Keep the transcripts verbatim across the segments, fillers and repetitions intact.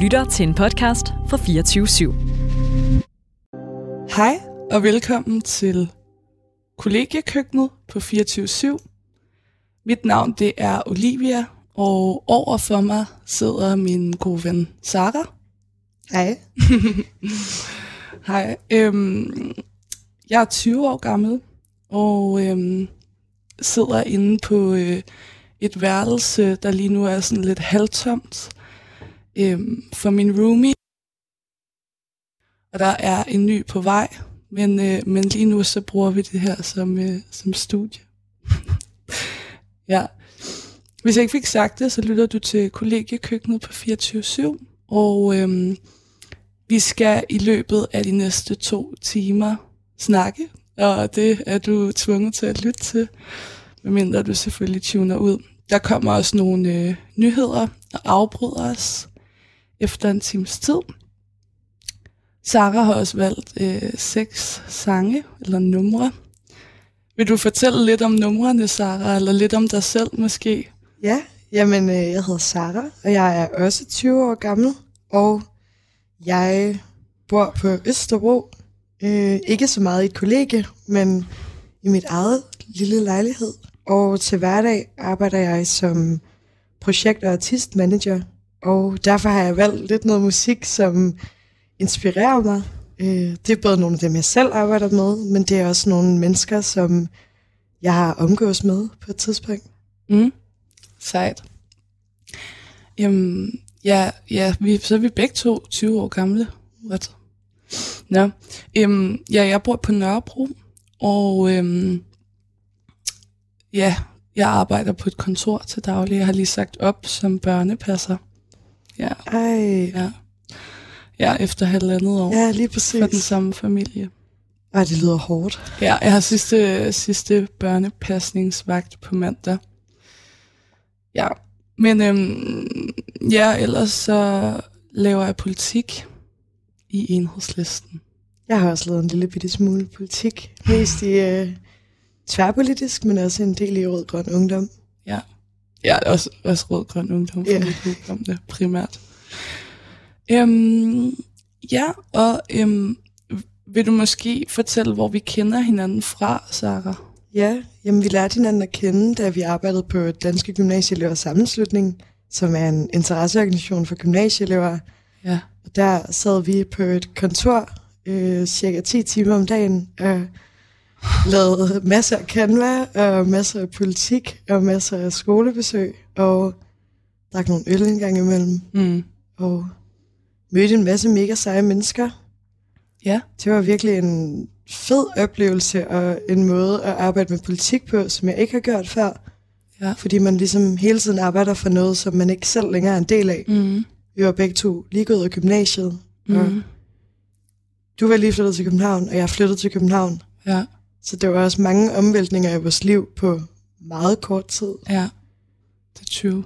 lytter til en podcast fra fireogtyve syv. Hej og velkommen til kollegiekøkkenet på fireogtyve syv. Mit navn det er Olivia, og over for mig sidder min gode ven Sara. Hej. Hej. Øhm, jeg er tyve år gammel og øhm, sidder inde på øh, et værelse, der lige nu er sådan lidt halvtomt øhm, for min roomie. Og der er en ny på vej, men, øh, men lige nu så bruger vi det her som, øh, som studie. Ja. Hvis jeg ikke fik sagt det, så lytter du til kollegiekøkkenet på fireogtyve syv, og øhm, vi skal i løbet af de næste to timer snakke, og det er du tvunget til at lytte til, medmindre du selvfølgelig tuner ud. Der kommer også nogle øh, nyheder og afbryder os efter en times tid. Sara har også valgt øh, seks sange eller numre. Vil du fortælle lidt om numrene, Sara, eller lidt om dig selv måske? Ja, jamen øh, jeg hedder Sara, og jeg er også tyve år gammel, og jeg bor på Østerbro. Øh, ikke så meget i et kollegie, men i mit eget lille lejlighed. Og til hverdag arbejder jeg som projekt- og artistmanager, og derfor har jeg valgt lidt noget musik, som inspirerer mig. Øh, det er både nogle af dem, jeg selv arbejder med, men det er også nogle mennesker, som jeg har omgås med på et tidspunkt. Mm. Sejt. Jamen, ja, ja vi, så er vi begge to tyve år gamle. What? Nå. Øhm, ja, jeg bor på Nørrebro, og øhm, ja, jeg arbejder på et kontor til daglig. Jeg har lige sagt op som børnepasser. Ja. Ej. Ja. Ja, efter halvandet år. Ja, lige præcis. For den samme familie. Ej, det lyder hårdt. Ja, jeg har sidste, sidste børnepasningsvagt på mandag. Ja, men øhm, ja, ellers så laver jeg politik i Enhedslisten. Jeg har også lavet en lille bitte smule politik. Mest i øh, tværpolitisk, men også en del i Rød Grøn Ungdom. Ja, ja også, også Rød Grøn Ungdom, for yeah. mit om det primært. Øhm, ja, og øhm, vil du måske fortælle, hvor vi kender hinanden fra, Sara? Ja, jamen vi lærte hinanden at kende, da vi arbejdede på Danske Gymnasieelevers Sammenslutning, som er en interesseorganisation for gymnasieelever. Ja. Og der sad vi på et kontor øh, cirka ti timer om dagen og lavede masser af Canva og masser af politik og masser af skolebesøg og drak nogle øl en gang imellem. Mm. Og mødte en masse mega seje mennesker. Ja. Det var virkelig en fed oplevelse og en måde at arbejde med politik på, som jeg ikke har gjort før. Ja. Fordi man ligesom hele tiden arbejder for noget, som man ikke selv længere er en del af. Mm. Vi var begge to lige gået af gymnasiet. Mm. Og du var lige flyttet til København, og jeg flyttede til København. Ja. Så der var også mange omvæltninger i vores liv på meget kort tid. Ja, det er true.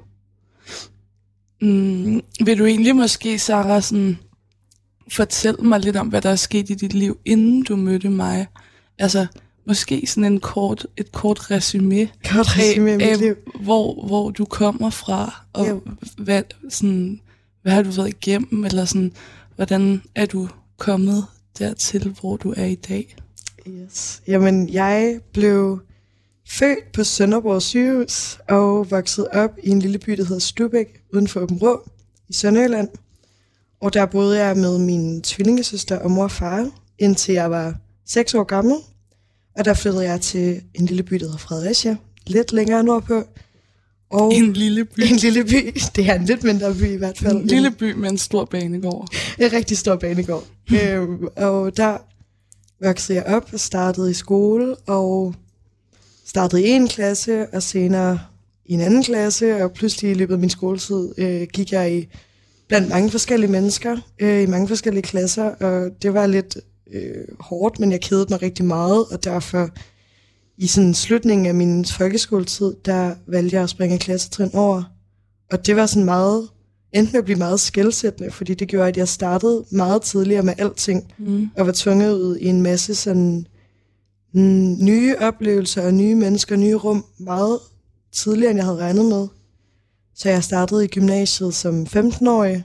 Mm, vil du egentlig måske, Sara, sådan, fortælle mig lidt om, hvad der er sket i dit liv, inden du mødte mig? Altså, måske sådan en kort, et kort resumé, kort resumé af, af liv. Hvor, hvor du kommer fra, og ja. hvad, sådan, hvad har du været igennem, eller sådan, hvordan er du kommet dertil, hvor du er i dag? Yes. Jamen, jeg blev født på Sønderborg sygehus og voksede op i en lille by, der hedder Stubæk, uden for Aabenraa i Sønderjylland. Og der boede jeg med min tvillingesøster og mor og far, indtil jeg var seks år gammel. Og der flyttede jeg til en lille by, der hedder Fredericia, lidt længere nordpå. Og en lille by? En lille by. Det er en lidt mindre by i hvert fald. En lille by med en stor banegård. En rigtig stor banegård. øhm, og der voksede jeg op og startede i skole, og startede i en klasse, og senere i en anden klasse, og pludselig i løbet af min skoletid øh, gik jeg i blandt mange forskellige mennesker, øh, i mange forskellige klasser, og det var lidt øh, hårdt, men jeg kedede mig rigtig meget, og derfor i sådan slutningen af min folkeskoletid, der valgte jeg at springe klassetrin over, og det var sådan meget, endte med at blive meget skelsættende, fordi det gjorde, at jeg startede meget tidligere med alting, mm. og var tvunget ud i en masse sådan mm, nye oplevelser og nye mennesker, nye rum, meget tidligere, end jeg havde regnet med. Så jeg startede i gymnasiet som femten-årig,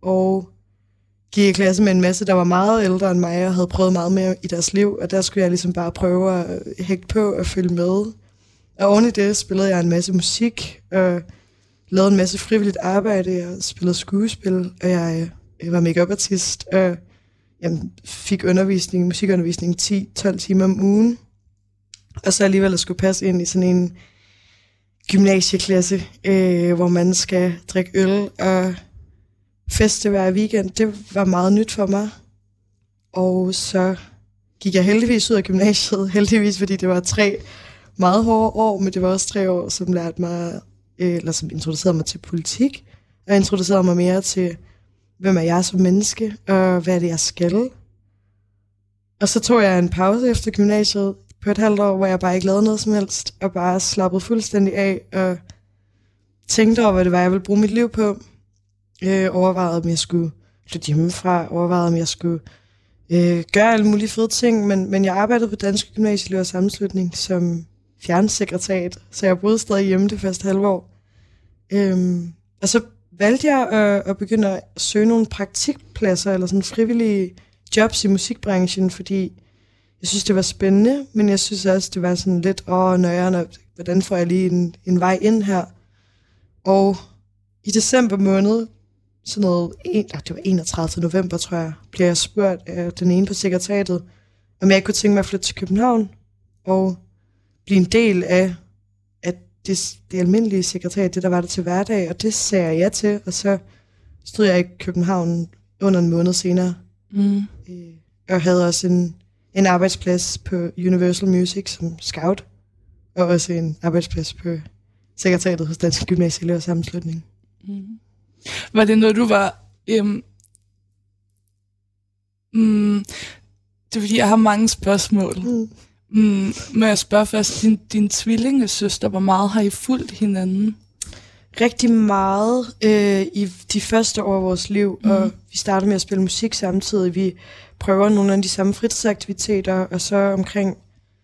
og gik i klasse med en masse, der var meget ældre end mig, og havde prøvet meget mere i deres liv, og der skulle jeg ligesom bare prøve at hægte på og følge med. Og oven i det spillede jeg en masse musik, og lavede en masse frivilligt arbejde. Jeg spillede skuespil, og jeg, jeg var make-up-artist, og jeg fik undervisning, musikundervisning ti til tolv timer om ugen. Og så alligevel at skulle passe ind i sådan en gymnasieklasse, øh, hvor man skal drikke øl og feste hver weekend. Det var meget nyt for mig. Og så gik jeg heldigvis ud af gymnasiet, heldigvis fordi det var tre meget hårde år, men det var også tre år, som lærte mig, eller som introducerede mig til politik, og introducerede mig mere til, hvem er jeg som menneske, og hvad er det, jeg skal. Og så tog jeg en pause efter gymnasiet på et halvt år, hvor jeg bare ikke lavede noget som helst, og bare slappede fuldstændig af, og tænkte over, hvad det var, jeg ville bruge mit liv på. Øh, overvejede, om jeg skulle flytte hjemmefra, overvejede, om jeg skulle øh, gøre alle mulige fede ting, men, men jeg arbejdede på Danske Gymnasieelevers Sammenslutning som fjernsekretariat, så jeg boede stadig hjemme det første halve år. Øhm, og så valgte jeg at, at begynde at søge nogle praktikpladser, eller sådan frivillige jobs i musikbranchen, fordi jeg synes, det var spændende, men jeg synes også, det var sådan lidt, åh, nøjere, hvordan får jeg lige en, en vej ind her? Og i december måned, sådan noget, en, det var enogtredivte november, tror jeg, blev jeg spurgt af den ene på sekretariatet, om jeg kunne tænke mig at flytte til København, og blive en del af, af det, det almindelige sekretariat, det der var der til hverdag, og det sagde jeg ja til, og så stod jeg i København under en måned senere, mm. og havde også en, en arbejdsplads på Universal Music som scout, og også en arbejdsplads på sekretariatet hos Danske Gymnasieelevers Sammenslutning. Mm. Var det noget, du var... Øhm, mm, det er fordi, jeg har mange spørgsmål. Mm. Mm, må jeg spørge først, din, din tvillingesøster, hvor meget har I fulgt hinanden? Rigtig meget øh, i de første år af vores liv, mm. og vi startede med at spille musik samtidig. Vi prøver nogle af de samme fritidsaktiviteter, og så omkring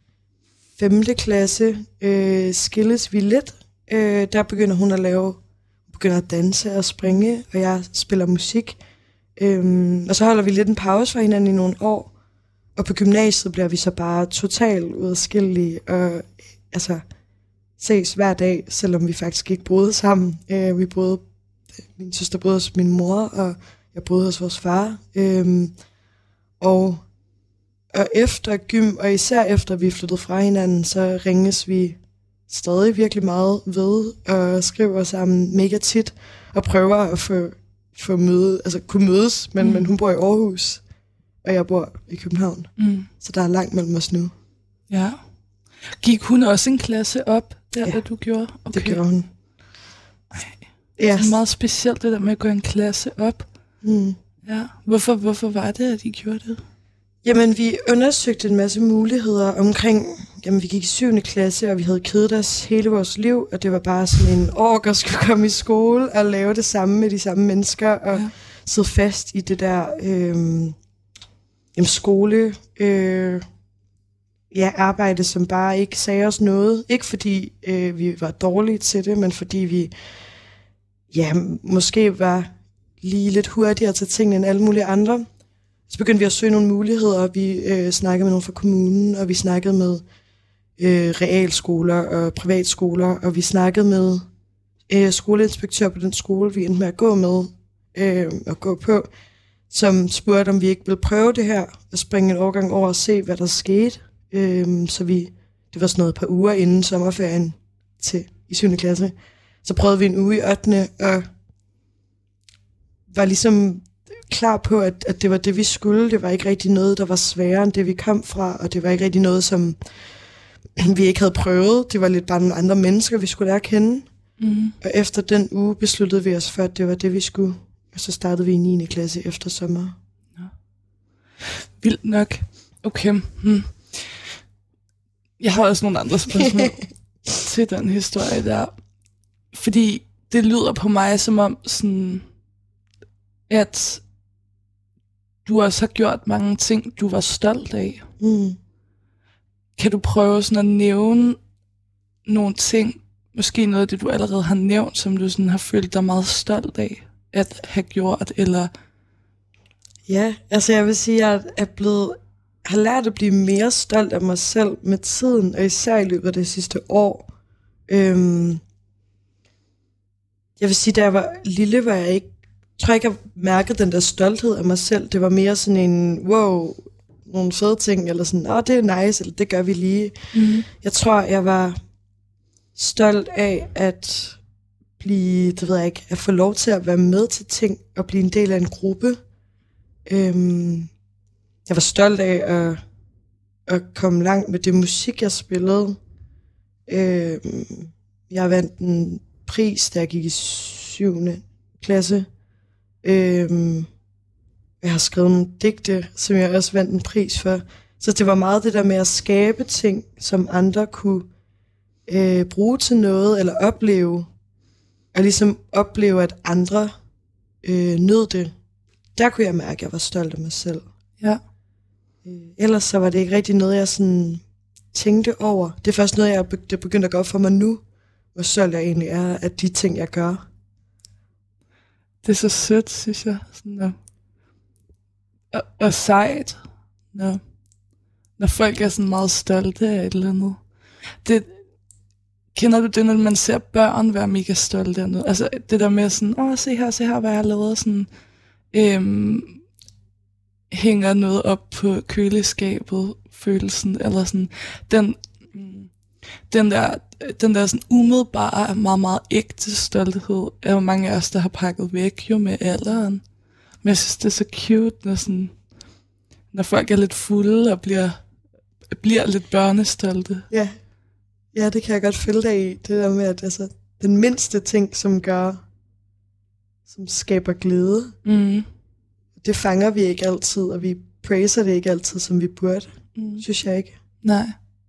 femte klasse øh, skilles vi lidt. Øh, der begynder hun at lave, begynder at danse og springe, og jeg spiller musik. Øh, og så holder vi lidt en pause fra hinanden i nogle år. Og på gymnasiet bliver vi så bare totalt udadskillelige, og altså ses hver dag, selvom vi faktisk ikke boede sammen. Øh, vi boede, min søster boede hos min mor, og jeg boede hos vores far. Øh, og, og efter gym, og især efter vi flyttede fra hinanden, så ringes vi stadig virkelig meget ved, og skriver sammen mega tit, og prøver at få, få møde, altså kunne mødes, men, mm. men hun bor i Aarhus. Og jeg bor i København. Mm. Så der er langt mellem os nu. Ja. Gik hun også en klasse op, der, ja, der du gjorde? Okay. Det gjorde hun. Ej, det er yes. meget specielt, det der med at gå en klasse op. Mm. Ja. Hvorfor, hvorfor var det, at I gjorde det? Jamen, vi undersøgte en masse muligheder omkring... Jamen, vi gik i syvende klasse, og vi havde kedet os hele vores liv, og det var bare sådan en ork at skulle komme i skole og lave det samme med de samme mennesker, og ja. sidde fast i det der... Øh, Jamen, skole, øh, ja, arbejde, som bare ikke sagde os noget. Ikke fordi øh, vi var dårlige til det, men fordi vi ja, måske var lige lidt hurtigere til tingene end alle mulige andre. Så begyndte vi at søge nogle muligheder, og vi øh, snakkede med nogle fra kommunen, og vi snakkede med øh, realskoler og privatskoler, og vi snakkede med øh, skoleinspektør på den skole, vi endte med at gå med øh, og gå på, som spurgte, om vi ikke ville prøve det her, og springe en årgang over og se, hvad der skete. Øhm, så vi, det var sådan noget et par uger inden sommerferien til, i syvende klasse. Så prøvede vi en uge i ottende og var ligesom klar på, at, at det var det, vi skulle. Det var ikke rigtig noget, der var sværere end det, vi kom fra, og det var ikke rigtig noget, som vi ikke havde prøvet. Det var lidt bare nogle andre mennesker, vi skulle lære at kende. Mm. Og efter den uge besluttede vi os for, at det var det, vi skulle. Og så startede vi i niende klasse efter sommer. Ja. Vildt nok. Okay. Hmm. Jeg har også nogle andre spørgsmål til den historie der. Fordi det lyder på mig som om, sådan, at du også har gjort mange ting, du var stolt af. Mm. Kan du prøve sådan at nævne nogle ting, måske noget af det, du allerede har nævnt, som du sådan har følt dig meget stolt af? at have gjort, eller... Ja, altså jeg vil sige, at jeg er blevet, har lært at blive mere stolt af mig selv med tiden, og især i løbet af det sidste år. Øhm, jeg vil sige, da jeg var lille, var jeg ikke, tror jeg ikke, jeg mærkede den der stolthed af mig selv. Det var mere sådan en, wow, nogle fede ting, eller sådan, åh, det er nice, eller det gør vi lige. Mm-hmm. Jeg tror, jeg var stolt af at blive, det ved jeg ikke, at få lov til at være med til ting, og blive en del af en gruppe. Øhm, jeg var stolt af at, at komme langt med det musik, jeg spillede. Øhm, jeg vandt en pris, da jeg gik i syvende klasse. Øhm, jeg har skrevet nogle digte, som jeg også vandt en pris for. Så det var meget det der med at skabe ting, som andre kunne øh, bruge til noget, eller opleve. Og ligesom opleve, at andre øh, nød det. Der kunne jeg mærke, at jeg var stolt af mig selv. Ja. Øh, ellers så var det ikke rigtig noget, jeg sådan tænkte over. Det er først noget, jeg be- det begyndte at gå op for mig nu, hvor stolt jeg egentlig er af de ting, jeg gør. Det er så sødt, synes jeg. Sådan, og, og, og sejt, når, når folk er sådan meget stolte af et eller andet. Det, kender du det, når man ser børn være mega stolte af noget? Altså det der med sådan, åh, se her, se her, hvad jeg har lavet, sådan... Øhm, hænger noget op på køleskabet, følelsen, eller sådan, den, den der, den der sådan umiddelbare, meget, meget ægte stolthed, er jo mange af os, der har pakket væk jo med alderen. Men jeg synes, det er så cute, når, sådan, når folk er lidt fulde og bliver, bliver lidt børnestolte. Ja. Ja, det kan jeg godt følge dig i, det der med, at altså, den mindste ting, som gør, som skaber glæde, mm. det fanger vi ikke altid, og vi praiser det ikke altid, som vi burde, mm. synes jeg ikke. Nej.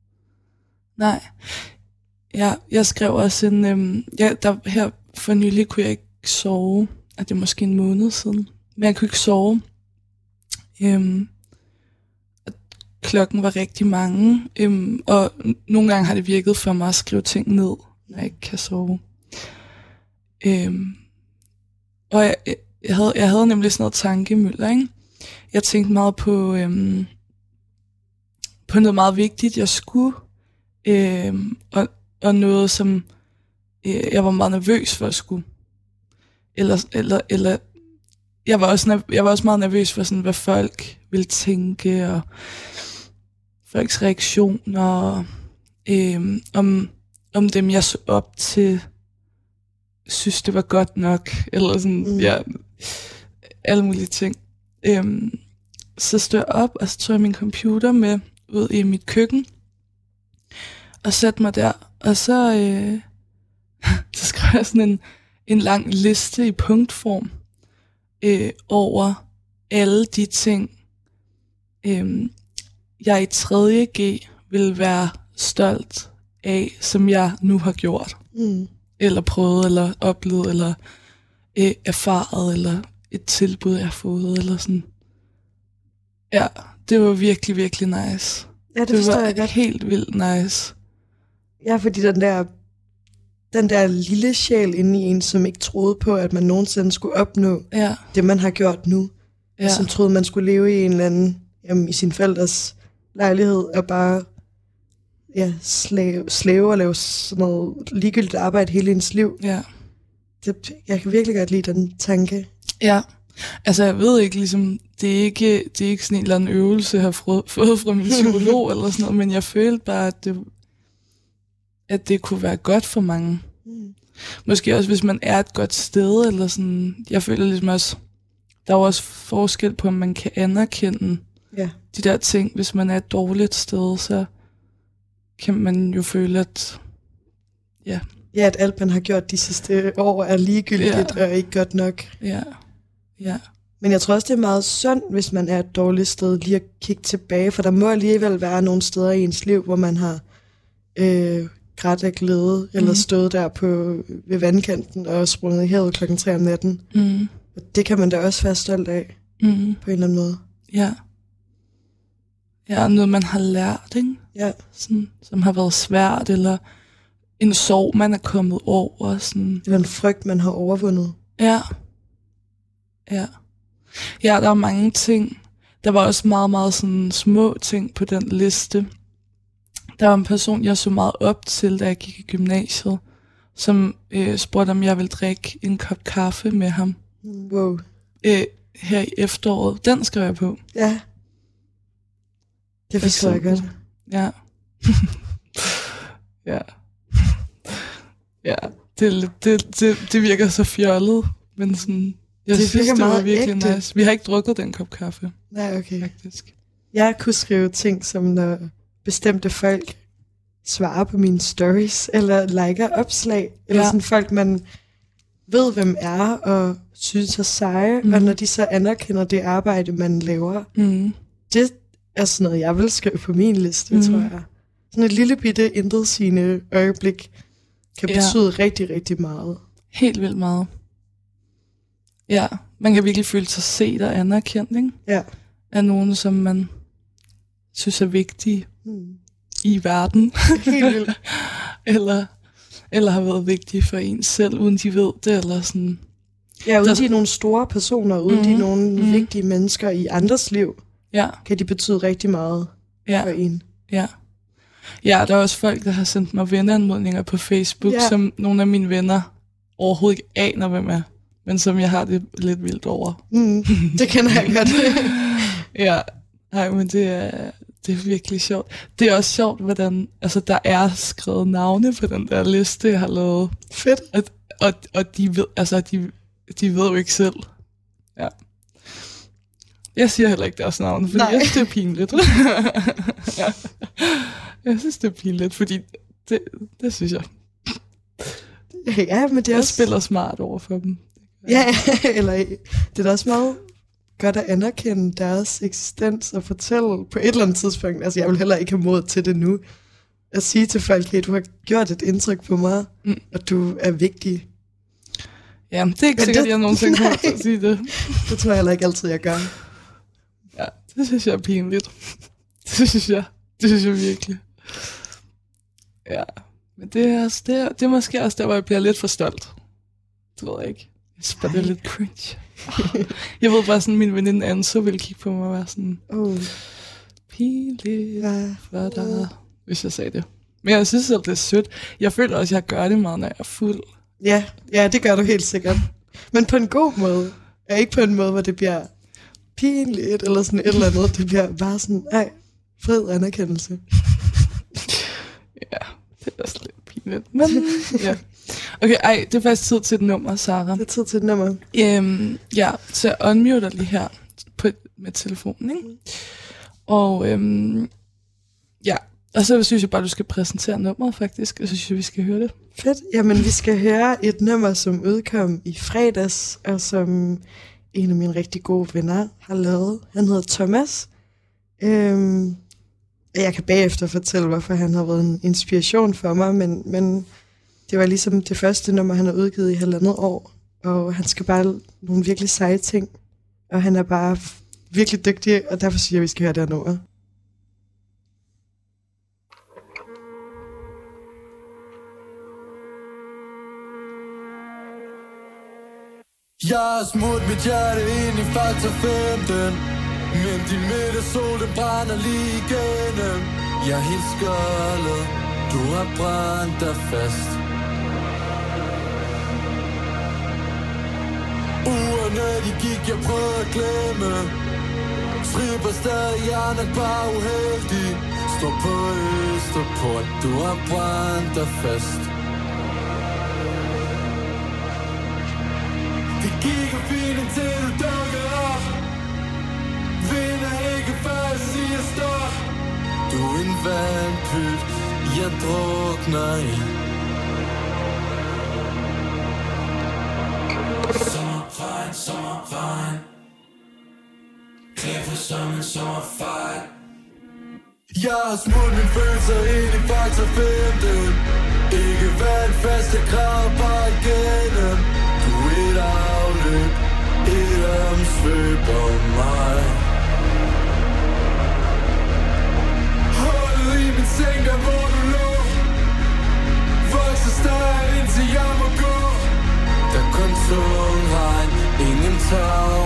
Nej. Ja, jeg skrev også en... Øhm, ja, der, her for nylig kunne jeg ikke sove, at det er måske en måned siden, men jeg kunne ikke sove. Øhm, klokken var rigtig mange, øhm, og nogle gange har det virket for mig at skrive ting ned, når jeg ikke kan sove. Øhm, Og jeg, jeg, havde, jeg havde nemlig sådan noget tankemylder, ikke? Jeg tænkte meget på, øhm, på noget meget vigtigt, jeg skulle, øhm, og, og noget, som øh, jeg var meget nervøs for at skulle. Eller, eller, eller jeg, var også nerv- jeg var også meget nervøs for, sådan, hvad folk ville tænke, og folks reaktioner, og, øhm, om, om dem, jeg så op til, synes det var godt nok, eller sådan, mm. ja, alle mulige ting. Øhm, så stod jeg op, og så tog jeg min computer med ud i mit køkken, og satte mig der, og så, øh, så skrev jeg sådan en, en lang liste i punktform øh, over alle de ting, øh, jeg i tredje G ville være stolt af, som jeg nu har gjort. Mm. Eller prøvet, eller oplevet, eller øh, erfaret, eller et tilbud, jeg har fået, eller sådan. Ja, det var virkelig, virkelig nice. Ja, det, det forstår var jeg godt. Helt vildt nice. Ja, fordi den der, den der lille sjæl inde i en, som ikke troede på, at man nogensinde skulle opnå ja. det, man har gjort nu. Ja. Og som troede, man skulle leve i en eller anden, jamen, i sin forældres lejlighed, og bare ja, slave, slave og lave sådan noget ligegyldigt arbejde hele ens liv. Ja. Det, jeg kan virkelig godt lide den tanke. Ja, altså jeg ved ikke, ligesom, det er ikke, det er ikke sådan en eller anden øvelse, jeg har fået fra min psykolog eller sådan noget, men jeg følte bare, at det, at det kunne være godt for mange. Mm. Måske også, hvis man er et godt sted, eller sådan, jeg føler ligesom også, der er også forskel på, om man kan anerkende ja. de der ting. Hvis man er et dårligt sted, så kan man jo føle, at ja, ja, at alt man har gjort de sidste år er ligegyldigt ja. og ikke godt nok. Ja, ja. Men jeg tror også, det er meget sundt, hvis man er et dårligt sted, lige at kigge tilbage, for der må alligevel være nogle steder i ens liv, hvor man har øh, grædt af glæde, mm. eller stået der på ved vandkanten og sprunget i havet klokken tre om natten. Mm. Og det kan man da også være stolt af, mm. på en eller anden måde. Ja. Ja, noget man har lært, ikke? Ja. Sådan, som har været svært, eller en sorg, man er kommet over. Sådan. Eller en frygt, man har overvundet. Ja, Ja. Ja, der var mange ting. Der var også meget, meget sådan små ting på den liste. Der var en person, jeg så meget op til, da jeg gik i gymnasiet, som øh, spurgte, om jeg ville drikke en kop kaffe med ham. Wow. Øh, her i efteråret. Den skrev jeg på. Ja. Det forstår jeg godt. Ja. ja. Ja. Det, det, det, det virker så fjollet, men sådan... Jeg det synes, det meget var virkelig ægte. nice. Vi har ikke drukket den kop kaffe. Nej, okay. Faktisk. Jeg kunne skrive ting, som når bestemte folk svarer på mine stories, eller liker opslag, eller Ja. sådan folk, man ved, hvem er, og synes er seje, Mm. og når de så anerkender det arbejde, man laver. Mm. Det er sådan noget, jeg vil skrive på min liste, Mm. tror jeg. Sådan et lille bitte intetsigende øjeblik kan Ja. betyde rigtig, rigtig meget. Helt vildt meget. Ja, man kan virkelig føle sig set og anerkendt, ikke? Ja. Af nogen, som man synes er vigtige Hmm. i verden. Helt vildt. eller, eller har været vigtige for en selv, uden de ved det, eller sådan. Ja, uden Der- de er nogle store personer, uden Mhm. de er nogle Mhm. vigtige mennesker i andres liv, Ja, kan de betyde rigtig meget ja, for en. ja. Ja, der er også folk, der har sendt mig venneanmodninger på Facebook, Ja. som nogle af mine venner overhovedet ikke aner, hvem er, men som jeg har det lidt vildt over. Mm, det kender jeg godt. Ja, nej, men det er, det er virkelig sjovt. Det er også sjovt, hvordan altså, der er skrevet navne på den der liste, jeg har lavet. Fedt. Og, og, og de, ved, altså, de, de ved jo ikke selv. Ja. Jeg siger heller ikke deres navne, fordi Nej. jeg synes, det er pinligt. ja. Jeg synes, det er pinligt, fordi det, det synes jeg. Ja, men det er Jeg også... spiller smart over for dem. Ja, eller det er da også meget godt at anerkende deres eksistens og fortælle på et eller andet tidspunkt. Altså, jeg vil heller ikke have mod til det nu. At sige til folk, hey, du har gjort et indtryk på mig, Mm. og du er vigtig. Ja, det er ikke Men sikkert, det- jeg nogensinde kommer til Nej. at sige det. Det tror jeg heller ikke altid, jeg gør. Ja, det synes jeg er pinligt. Det synes jeg. Det synes jeg virkelig. Ja, men det er, også, det, er, det er måske også der, hvor jeg bliver lidt for stolt. Det ved jeg ikke. Jeg synes bare, det er lidt cringe. Jeg ved bare sådan, min veninde Anso ville kigge på mig og være sådan, Oh, pinligt ja. for dig, hvis jeg sagde det. Men jeg synes selv, det er sødt. Jeg føler også, at jeg gør det meget, når jeg er fuld. Ja, ja, det gør du helt sikkert. Men på en god måde. Og ikke på en måde, hvor det bliver pinligt, eller sådan et eller andet. Det bliver bare sådan, ej, fred anerkendelse. Ja, det er også lidt pinligt. Men ja. Okay, ej, det er faktisk tid til et nummer, Sarah. Det er tid til et nummer. Øhm, ja, så jeg unmuter lige her på, med telefonen, ikke? Og øhm, ja, og så synes jeg bare, du skal præsentere nummeret faktisk, og så synes jeg, vi skal høre det. Fedt. Jamen, vi skal høre et nummer, som udkom i fredags, og som en af mine rigtig gode venner har lavet. Han hedder Thomas. Øhm, og jeg kan bagefter fortælle, hvorfor han har været en inspiration for mig, men, men det var ligesom det første nummer, han har udgivet i halvandet år, og han skal bare nogle virkelig seje ting, og han er bare virkelig dygtig, og derfor siger jeg, at vi skal høre det her nummer. Jeg har smurt mit hjerte ind i faktor femten, men din midtersol, den brænder lige igennem. Jeg er helt skoldet, du har brændt dig fast. Ugerne de gik, jeg prøvede at glemme. Stripper stadig, jeg er nok bare uheldig. Står på Østerport, du har brændt dig fast. Det gik og fint indtil du dukkede op. Vinder ikke før jeg siger stop. Du er en vandpyt, jeg drukner i. Sommerfejl, sommerfejl. Klæder som en sommerfejl. Jeg har smurt mine følelser ind i faktor femten. Ikke vandfast, jeg græder bare igennem. Du er et afløb, et omsvøb om mig. Holdet i min seng, der hvor du lå. Vokser større indtil jeg må gå. Der er kun tung regn, ingen tag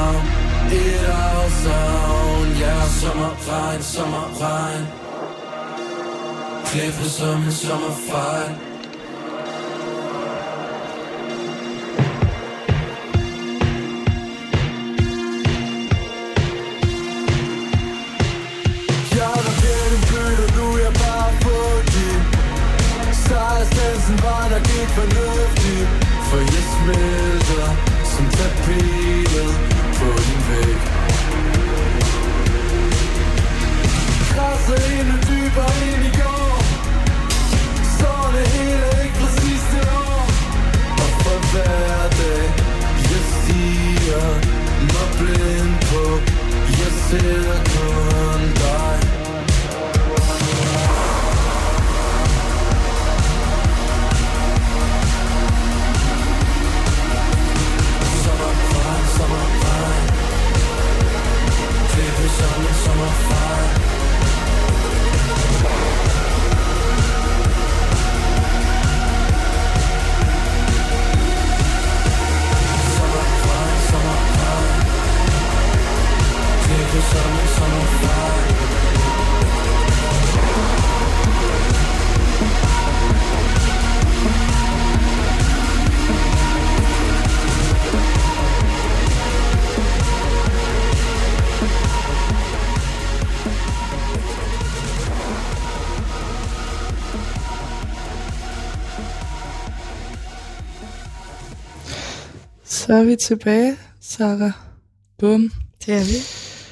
som et afsavn. Ja, sommerregn, sommerregn. Klippet som en sommerfejl. Sejrstansen var nok ikke fornuftig, for jeg smelter som tapetet på din væg. Krasser endnu dybere ind i går, så det hele ikke fra sidste år. Og for hver dag jeg stiger mig blind på, jeg ser kun dig. Som en sommerfejl. Sommerfejl, sommerfejl. Klippet som en sommerfejl. Så er vi tilbage, Sarah. Bum. Det er vi.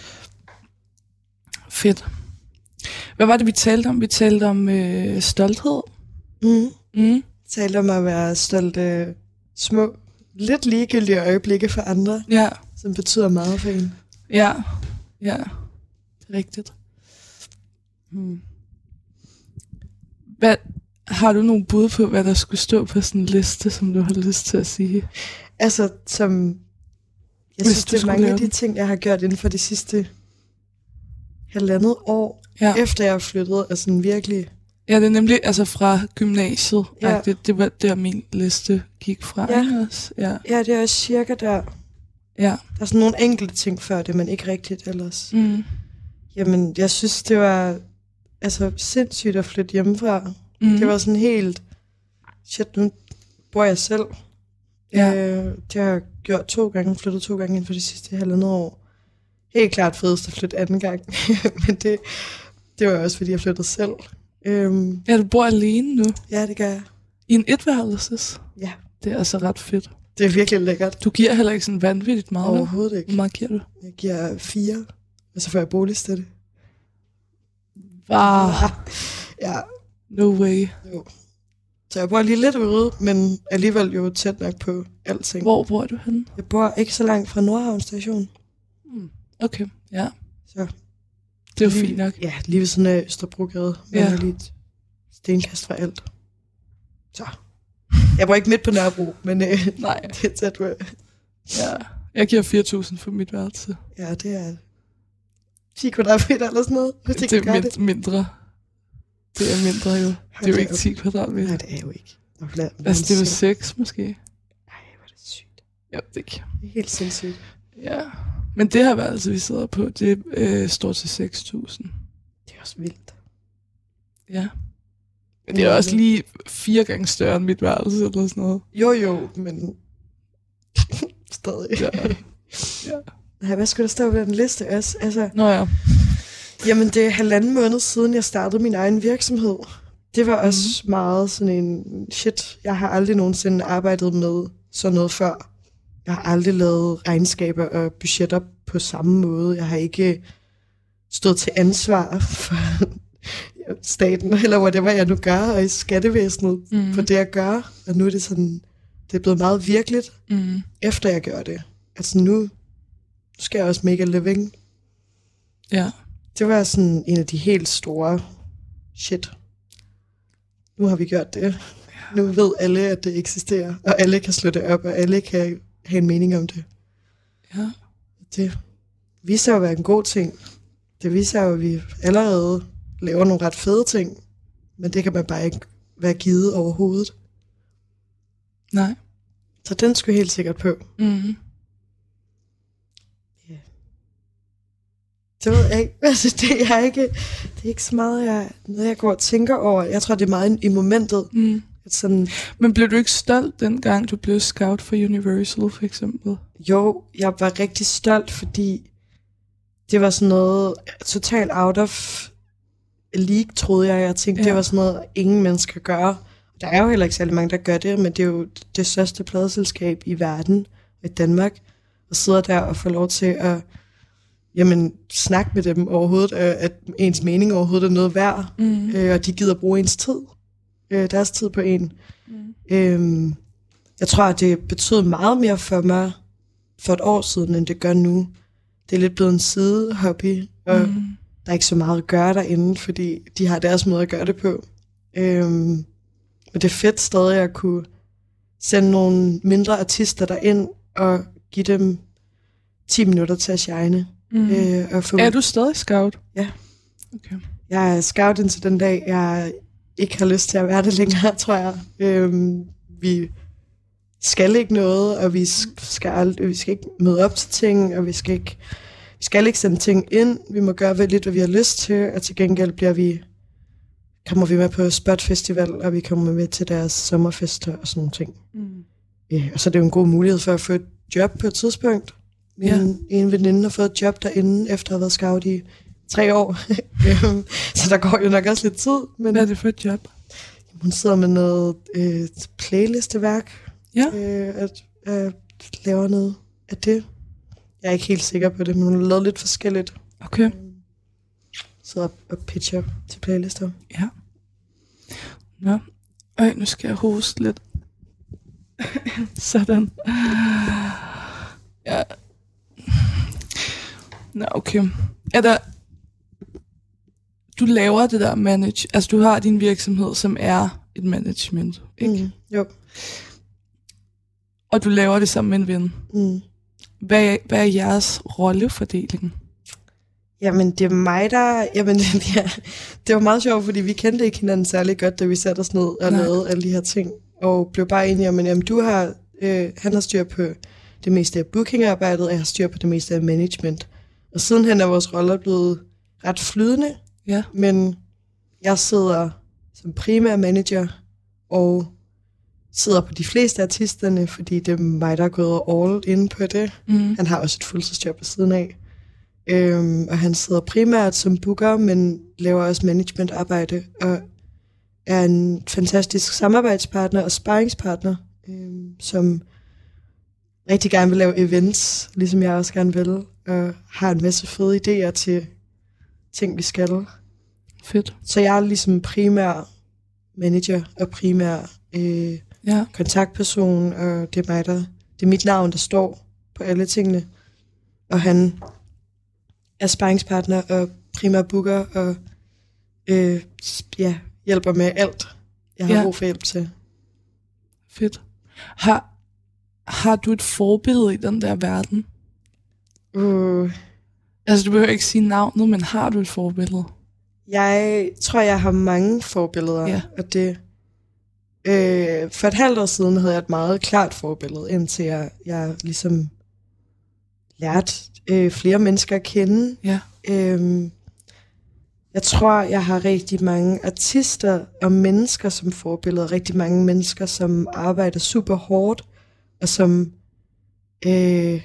Fedt. Hvad var det, vi talte om? Vi talte om øh, stolthed. Mm. Mm. Talte om at være stolt af små, lidt ligegyldige øjeblikke for andre, Ja, som betyder meget for en. ja, ja. Det er rigtigt. Hmm. Hvad, har du nogle bud på, hvad der skulle stå på sådan en liste, som du har lyst til at sige? Altså, som... Jeg Hvis synes, du det er skulle mange lave af de dem. ting, jeg har gjort inden for de sidste halvandet år, Ja. efter jeg er flyttet, er sådan virkelig... Ja, det er nemlig altså fra gymnasiet. Ja. Ja. Det, det var der, min liste gik fra. Ja. Ikke også? Ja. Ja, det er også cirka der. Ja. Der er sådan nogle enkelte ting før det, men ikke rigtigt ellers. Mm. Jamen, jeg synes, det var altså sindssygt at flytte hjemmefra. Mm. Det var sådan helt... Shit, nu bor jeg selv. Ja. Øh, det har jeg gjort to gange, flyttet to gange inden for de sidste halvandet år. Helt klart fedest at flytte anden gang. Men det, det var også, fordi jeg flyttede selv. Øhm, Ja, du bor alene nu. ja, det gør jeg. I en etværelses. Ja, Det er altså ret fedt. det er virkelig lækkert. Du giver heller ikke sådan vanvittigt meget. vel? Overhovedet Hvor ikke. meget giver du? Jeg giver fire, og så får jeg boligstøtte. Wow. Ja, No way. jo. Så jeg bor lige lidt ude, men alligevel jo tæt nok på alting. Hvor bor du henne? Jeg bor ikke så langt fra Nordhavn station. Okay, ja. Så Det er jo lige, fint nok. Ja, lige ved sådan af Østerbrogade. Men Ja. jeg er lige et stenkast fra alt. Så. Jeg bor ikke midt på Nørrebro, men øh, Nej. det er tæt på. Ja. Jeg giver fire tusind for mit værelse. Ja, det er ti kvadratmeter eller sådan noget. Hvis Det det er kan gøre det. mind- mindre. Det er mindre jo. Det er jo ikke ti kvadratmeter. Nej, det er jo ikke. Nå, lad- lad Altså, det er jo os se. seks måske. Ej, hvor er det sygt. Jeg ved ikke. Det er helt sindssygt. Ja. Men det her værelse, vi sidder på, det øh, står til seks tusind. Det er også vildt. Ja. Men det er også lige fire gange større end mit værelse, eller sådan noget. Jo, jo, men stadig. Ja. Ja. Nej, hvad skulle der stå på den liste også? Altså, Nå ja. jamen, det er halvanden måned siden, jeg startede min egen virksomhed. Det var også mm. meget sådan en shit. Jeg har aldrig nogensinde arbejdet med sådan noget før. Jeg har aldrig lavet regnskaber og budgetter på samme måde. Jeg har ikke stået til ansvar for staten, eller whatever jeg nu gør, og i skattevæsenet Mm. for det, jeg gør. Og nu er det sådan, det er blevet meget virkeligt, Mm. efter jeg gør det. Altså nu skal jeg også make a living. Ja. Det var sådan en af de helt store shit. Nu har vi gjort det. Nu ved alle, at det eksisterer, og alle kan slå det op, og alle kan have en mening om det. Ja. Det viser jo at være en god ting. Det viser jo, at vi allerede laver nogle ret fede ting, men det kan man bare ikke være givet overhovedet. Nej. Så den skulle helt sikkert på. Mm. Det ved jeg ikke. Altså, det er ikke, det er ikke så meget, jeg, noget jeg går og tænker over. Jeg tror, det er meget i momentet. Mm. Sådan, Men blev du ikke stolt, dengang du blev scout for Universal, for eksempel? jo, jeg var rigtig stolt, fordi det var sådan noget totalt out of league, troede jeg. Jeg tænkte, ja. Det var sådan noget, ingen mennesker gør. Der er jo heller ikke særlig mange, der gør det, men det er jo det største pladeselskab i verden, i Danmark, og sidder der og får lov til at jamen, snakke med dem overhovedet, at ens mening overhovedet er noget værd, mm. øh, og de gider bruge ens tid, øh, deres tid på en. Mm. Øhm, jeg tror, at det betød meget mere for mig for et år siden, end det gør nu. Det er lidt blevet en sidehobby, og mm. der er ikke så meget at gøre derinde, fordi de har deres måde at gøre det på. Øhm, og det er fedt stadig at kunne sende nogle mindre artister derind og give dem ti minutter til at shine. Mm. Øh, og få... Er du stadig scout? Ja. Okay. Jeg er scout indtil den dag, jeg ikke har lyst til at være det længere, tror jeg. Øhm, vi skal ikke noget, og vi skal, vi skal ikke møde op til ting, og vi skal ikke, vi skal ikke sende ting ind. Vi må gøre lidt, hvad vi har lyst til, og til gengæld bliver vi, kommer vi med på Spot Festival, og vi kommer med til deres sommerfester og sådan nogle ting. Mm. Ja, og så er det jo en god mulighed for at få et job på et tidspunkt. Min ja. en veninde har fået et job derinde, efter at have været scout i tre år. Så der går jo nok også lidt tid. Men hvad er det for et job? Hun sidder med noget øh, playlisteværk. Ja. Øh, at, at laver noget af det. Jeg er ikke helt sikker på det, men hun har lavet lidt forskelligt. Okay. Sidder og pitcher til playlister. Ja. Nå. Øj, nu skal jeg hoste lidt. Sådan. Ja. Nå, okay. Er der... Du laver det der manage... Altså, du har din virksomhed, som er et management, ikke? Mm, jo. Og du laver det sammen med en ven. Mm. Hvad, er, hvad er jeres rollefordeling? Jamen, det er mig, der... Jamen, ja, det var meget sjovt, fordi vi kendte ikke hinanden særlig godt, da vi satte os ned og Nej. lavede alle de her ting. Og blev bare enige om, at jamen, du har... Øh, han har styr på det meste af bookingarbejdet, og jeg har styr på det meste af management. Og sidenhen er vores roller blevet ret flydende. Ja. Men jeg sidder som primær manager, og sidder på de fleste artisterne, fordi det er mig, der er gået all in på det. Mm. Han har også et fuldtidsjob ved siden af. Øhm, og han sidder primært som booker, men laver også managementarbejde, og er en fantastisk samarbejdspartner og sparringspartner, øhm, som rigtig gerne vil lave events, ligesom jeg også gerne vil, og har en masse fede idéer til ting, vi skal. Fedt. Så jeg er ligesom primær manager og primær øh, ja. kontaktperson, og det er mig, der, det er mit navn, der står på alle tingene. Og han er sparringspartner og primær booker, og øh, ja, hjælper med alt, jeg har ja. brug for hjælp til. Fedt. Har, har du et forbillede i den der verden? Uh. Altså, du behøver ikke sige navnet, men har du et forbillede? Jeg tror, jeg har mange forbilleder, ja. og det... Øh, for et halvt år siden havde jeg et meget klart forbillede, indtil jeg, jeg ligesom lærte øh, flere mennesker at kende. Ja. Øh, jeg tror, jeg har rigtig mange artister og mennesker som forbilleder. Rigtig mange mennesker, som arbejder super hårdt, og som... Øh,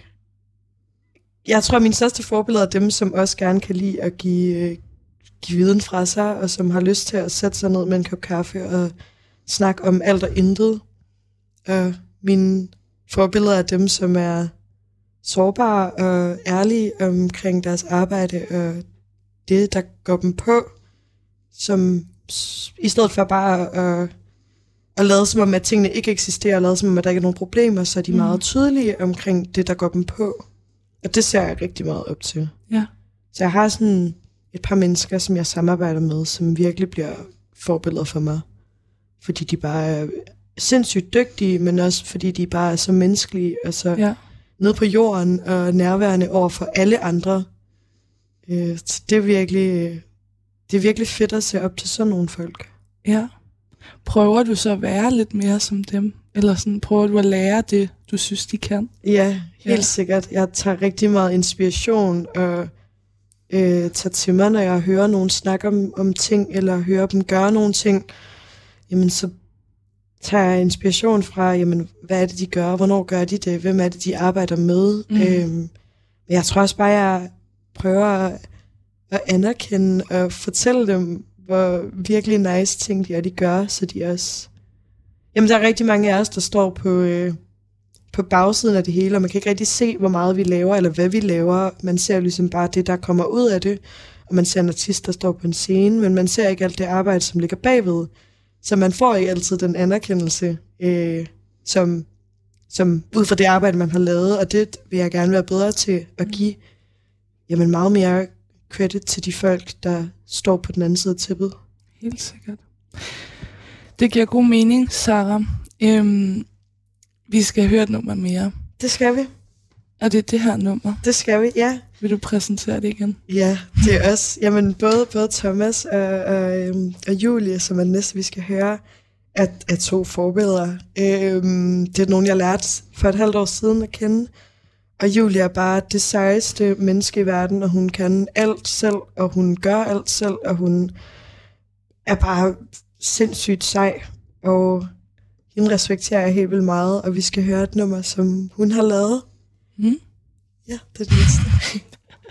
jeg tror, at mine største forbilleder er dem, som også gerne kan lide at give, øh, give viden fra sig, og som har lyst til at sætte sig ned med en kop kaffe og snakke om alt og intet. Og mine forbilleder er dem, som er sårbare og ærlige omkring deres arbejde, og det, der går dem på, som i stedet for bare at, at lade som om, at tingene ikke eksisterer, og lade som om, at der ikke er nogen problemer, så er de mm. meget tydelige omkring det, der går dem på. Og det ser jeg rigtig meget op til. Ja. Så jeg har sådan et par mennesker, som jeg samarbejder med, som virkelig bliver forbilleder for mig. Fordi de bare er sindssygt dygtige, men også fordi de bare er så menneskelige, og så ja. nede på jorden og nærværende over for alle andre. Øh, det er virkelig, det er virkelig fedt at se op til sådan nogle folk. Ja. Prøver du så at være lidt mere som dem? Eller sådan, prøver du at lære det, du synes, de kan? Ja, helt ja. sikkert. Jeg tager rigtig meget inspiration og øh, tager til mig, når jeg hører nogen snakke om, om ting, eller hører dem gøre nogle ting, jamen så tager jeg inspiration fra, jamen, hvad er det, de gør, hvornår gør de det, hvem er det, de arbejder med. Mm. Øhm, men jeg tror også bare, jeg prøver at, at anerkende og fortælle dem, hvor virkelig nice ting de er, de gør, så de også... Jamen, der er rigtig mange af os, der står på, øh, på bagsiden af det hele, og man kan ikke rigtig se, hvor meget vi laver, eller hvad vi laver. Man ser ligesom bare det, der kommer ud af det, og man ser en artist, der står på en scene, men man ser ikke alt det arbejde, som ligger bagved. Så man får ikke altid den anerkendelse, øh, som, som ud fra det arbejde, man har lavet, og det vil jeg gerne være bedre til at give jamen, meget mere credit til de folk, der står på den anden side af tæppet. Helt sikkert. Det giver god mening, Sarah. Øhm, vi skal høre et nummer mere. Det skal vi. Og det er det her nummer. Det skal vi, ja. Vil du præsentere det igen? Ja, det er også, jamen både, både Thomas og, og, øhm, og Julie, som er næste, vi skal høre, er, er to forbilleder. Øhm, det er nogen, jeg lærte for et halvt år siden at kende. Og Julie er bare det sejeste menneske i verden, og hun kan alt selv, og hun gør alt selv, og hun er bare sindssygt sej. Og hende respekterer jeg helt vildt meget, og vi skal høre et nummer, som hun har lavet. Mm. Ja, det er det næste.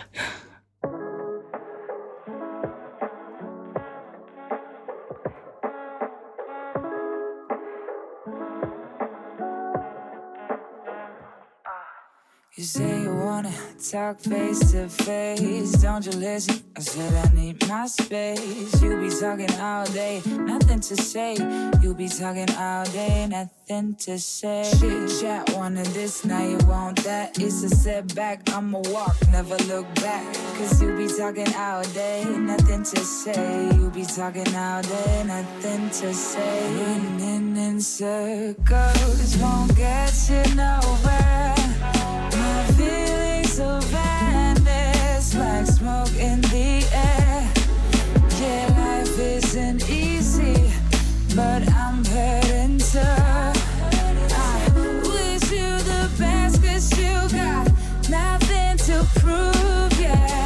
You say you wanna talk face to face, don't you listen? I said I need my space. You be talking all day, nothing to say. You be talking all day, nothing to say. Shit, chat, wanted this, now you want that. It's a setback, I'ma walk, never look back. Cause you be talking all day, nothing to say. You be talking all day, nothing to say. Running in circles, won't get you nowhere. My feelings of vanish like smoke in the air. Yeah, life isn't easy, but I'm hurting too. I wish you the best, cause you got nothing to prove, yeah.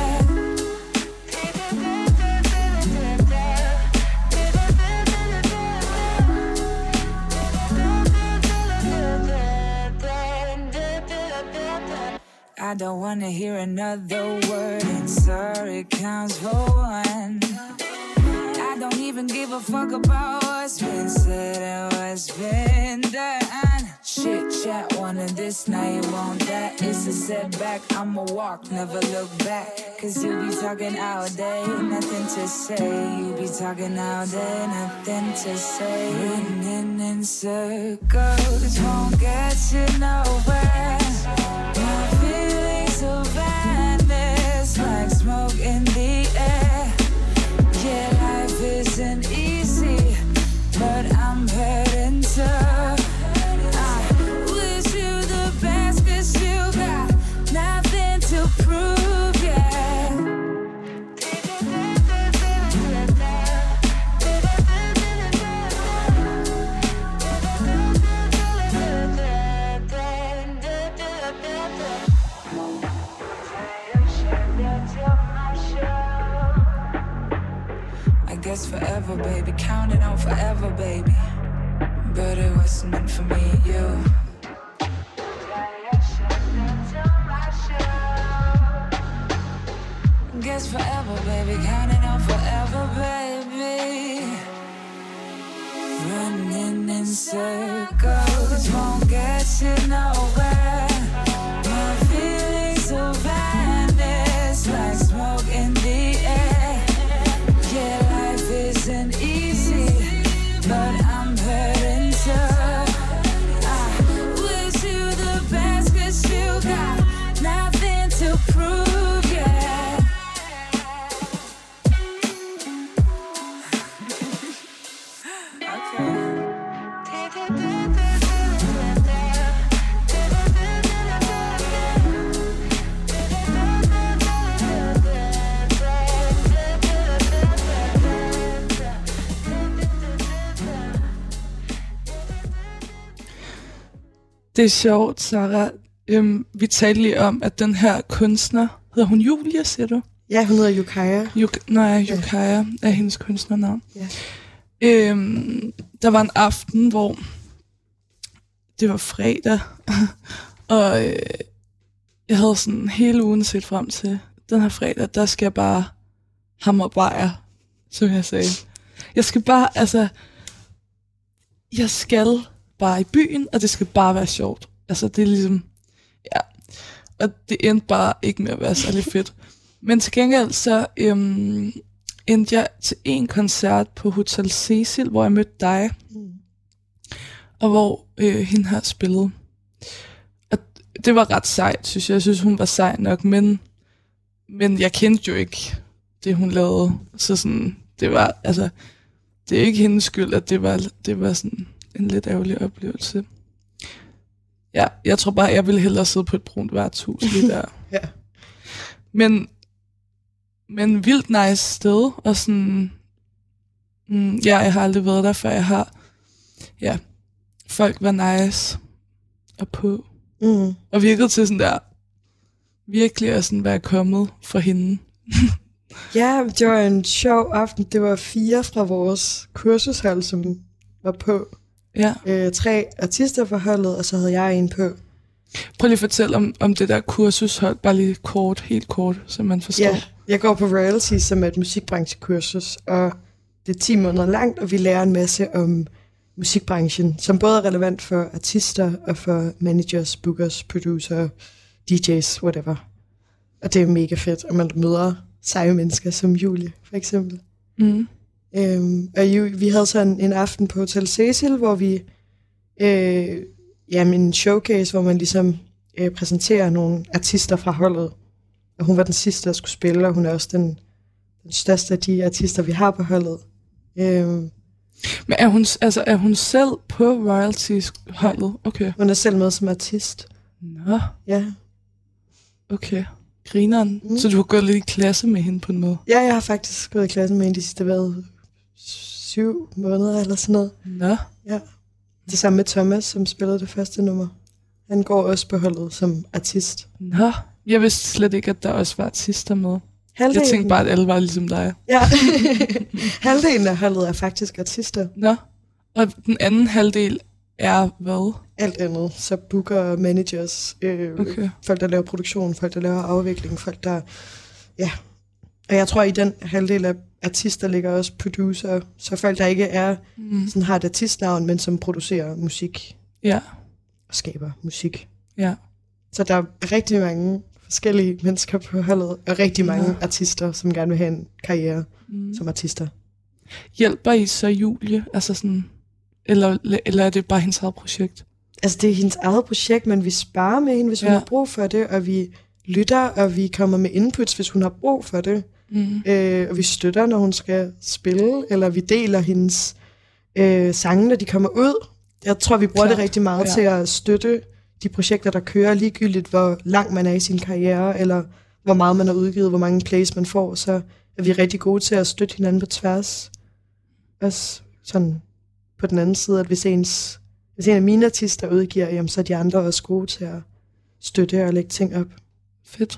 I don't wanna hear another word, and sorry counts for one. I don't even give a fuck about what's been said and what's been done. Shit, chat, wanted this, now you want that. It's a setback, I'ma walk, never look back. Cause you be talking all day, nothing to say. You be talking all day, nothing to say. Running in circles, won't get you nowhere. My feelings so vanish like smoke in the air. Yeah, life isn't easy, but I'm hurting too. I wish you the best, cause you got nothing to prove, yeah. I guess forever, baby, counting on forever, baby. But it wasn't meant for me and you. Guess forever, baby, counting on forever, baby. Running in circles, won't get you nowhere. My feelings so vanish like smoke in the air. Yeah, life isn't easy, but I'm hurting too. I wish you the best, cause you got nothing to prove, yeah. Det er sjovt, Sarah. Øhm, vi talte lige om, at den her kunstner, hedder hun Julie, siger du? Ja, hun hedder Yukaya. Yuk- nej, Yukaya ja. er hendes kunstnernavn. Ja. Øhm, der var en aften, hvor det var fredag, og øh, jeg havde sådan hele ugen set frem til, den her fredag, der skal jeg bare hamre bajer, som jeg sagde. Jeg skal bare, altså, jeg skal bare i byen, og det skal bare være sjovt. Altså, det er ligesom, ja, og det endte bare ikke med at være særlig fedt. Men til gengæld så øhm, endte jeg til en koncert på Hotel Cecil, hvor jeg mødte dig, mm. og hvor øh, hende har spillet. Og det var ret sejt, synes jeg. Jeg synes, hun var sej nok, men, men jeg kendte jo ikke det, hun lavede. Så sådan, det var, altså, det er ikke hendes skyld, at det var, det var sådan en lidt ærgerlig oplevelse. Ja, jeg tror bare, jeg ville hellere sidde på et brunt værtshus lige der. Ja. Men, men vildt nice sted, og sådan, mm, ja, jeg har aldrig været der, før jeg har, ja, folk var nice og på, Mm. og virkede til sådan der, virkelig at sådan være kommet for hende. Ja, det var en sjov aften. Det var fire fra vores kursushold, som var på. Ja. Øh, tre artister fra holdet, og så havde jeg en på. Prøv lige at fortælle om, om det der kursushold, bare lige kort, helt kort, så man forstår. Ja, jeg går på Royalty, som er et musikbranchekursus, og det er ti måneder langt, og vi lærer en masse om musikbranchen, som både er relevant for artister og for managers, bookers, producer, D J's, whatever. Og det er mega fedt, at man møder seje mennesker som Julie, for eksempel. Mm. Øhm, og jo, vi havde sådan en aften på Hotel Cecil, hvor vi, øh, jamen en showcase, hvor man ligesom øh, præsenterer nogle artister fra holdet. Og hun var den sidste, der skulle spille, og hun er også den, den største af de artister, vi har på holdet. Øhm, Men er hun, altså, er hun selv på royalties-holdet? Okay. Hun er selv med som artist. Nå, Ja. okay. Grineren. Mm. Så du har gået lidt i klasse med hende på en måde? Ja, jeg har faktisk gået i klasse med hende de sidste hvad, syv måneder eller sådan noget. Nå. Ja. Det samme med Thomas, som spillede det første nummer. Han går også på holdet som artist. Nå. Jeg vidste slet ikke, at der også var artister med. Halvdelen, Jeg tænkte bare, at alle var ligesom dig. Ja. Halvdelen af holdet er faktisk artister. Nå. Og den anden halvdel er hvad? Alt andet. Så booker, managers, øh, Okay. folk, der laver produktion, folk, der laver afvikling, folk, der... Ja. Og jeg tror, i den halvdel af artister ligger også producer. Så folk, der ikke er Mm. sådan har et artistnavn, men som producerer musik Ja. og skaber musik. Ja. Så der er rigtig mange forskellige mennesker på holdet, og rigtig mange Ja. artister, som gerne vil have en karriere Mm. som artister. Hjælper I så Julie? Altså sådan, eller, eller er det bare hendes eget projekt? Altså, det er hendes eget projekt, men vi sparer med hende, hvis hun Ja. har brug for det, og vi lytter, og vi kommer med inputs, hvis hun har brug for det. Mm. Øh, og vi støtter, når hun skal spille, eller vi deler hendes øh, sange, når de kommer ud. Jeg tror, vi bruger Klart. det rigtig meget Ja. til at støtte de projekter, der kører, ligegyldigt hvor langt man er i sin karriere, eller hvor meget man har udgivet, hvor mange plays man får, så er vi rigtig gode til at støtte hinanden på tværs. Også sådan på den anden side, at hvis, ens, hvis en af mine artister udgiver, jamen, så er de andre også gode til at støtte og lægge ting op. Fedt.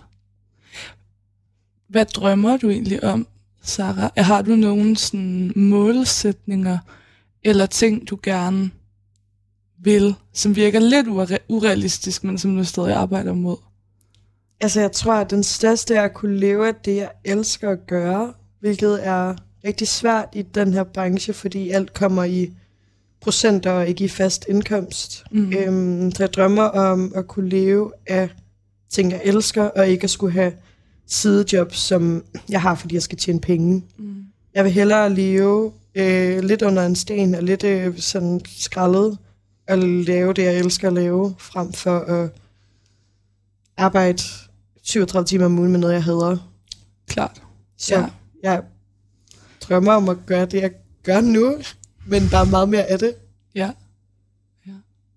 Hvad drømmer du egentlig om, Sarah? Har du nogle sådan målsætninger, eller ting, du gerne vil, som virker lidt ure- urealistisk, men som du stadig arbejder mod? Altså, jeg tror, at den største er at kunne leve af det, jeg elsker at gøre, hvilket er rigtig svært i den her branche, fordi alt kommer i procenter og ikke i fast indkomst. Mm. Øhm, så jeg drømmer om at kunne leve af ting, jeg elsker, og ikke at skulle have sidejobs, som jeg har, fordi jeg skal tjene penge. Mm. Jeg vil hellere leve øh, lidt under en sten, og lidt øh, sådan skrællet, og lave det, jeg elsker at lave, frem for at arbejde syvogtredive timer om ugen med noget, jeg hader. Klart. Så Ja. ja. jeg drømmer om at gøre det, jeg gør nu, men bare meget mere af det. Ja. Ja.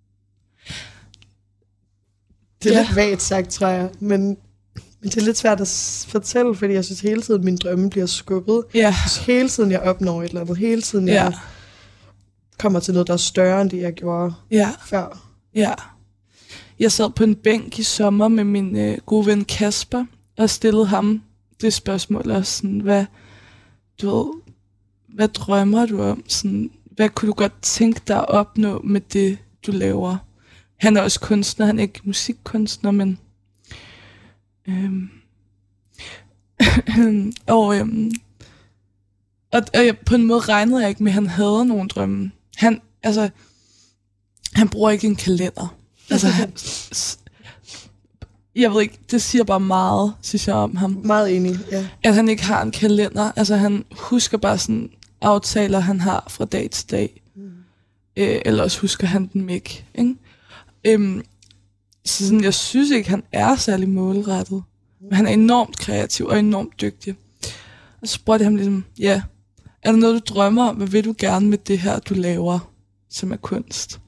Det er Ja. ja. lidt vagt sagt, tror jeg, men, men det er lidt svært at s- fortælle, fordi jeg synes hele tiden, min drømme bliver skubbet. Ja. Jeg synes hele tiden, jeg opnår et eller andet. Hele tiden, Ja. jeg kommer til noget, der er større end det, jeg gjorde Ja. før. Ja. Jeg sad på en bænk i sommer med min øh, gode ven Kasper, og stillede ham det spørgsmål også, sådan, hvad, du ved, hvad drømmer du om? Sådan, hvad kunne du godt tænke dig at opnå med det, du laver? Han er også kunstner, han er ikke musikkunstner, men... Øhm, og, øhm, og, og jeg, på en måde regnede jeg ikke med, at han havde nogen drømme. Han, altså, han bruger ikke en kalender. Altså, han, jeg ved ikke, det siger bare meget, synes jeg om ham. Meget enig, ja. At han ikke har en kalender. Altså, han husker bare sådan aftaler, han har fra dag til dag. Mm. Øh, eller også husker han dem ikke, ikke? Øhm, så sådan, jeg synes ikke, han er særlig målrettet. Men han er enormt kreativ og enormt dygtig. Og så spurgte jeg ham ligesom, ja, er der noget, du drømmer om? Hvad vil du gerne med det her, du laver, som er kunst?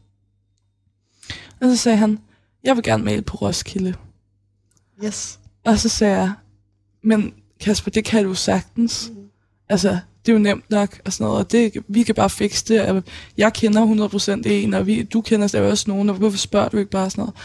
Og så sagde han, jeg vil gerne male på Roskilde. Yes. Og så sagde jeg, men Kasper, det kan du sagtens. Mm. Altså, det er jo nemt nok og sådan noget, og det, vi kan bare fikse det. Jeg kender hundrede procent en, og vi, du kender stadig også nogen, og hvorfor spørger du ikke bare sådan noget?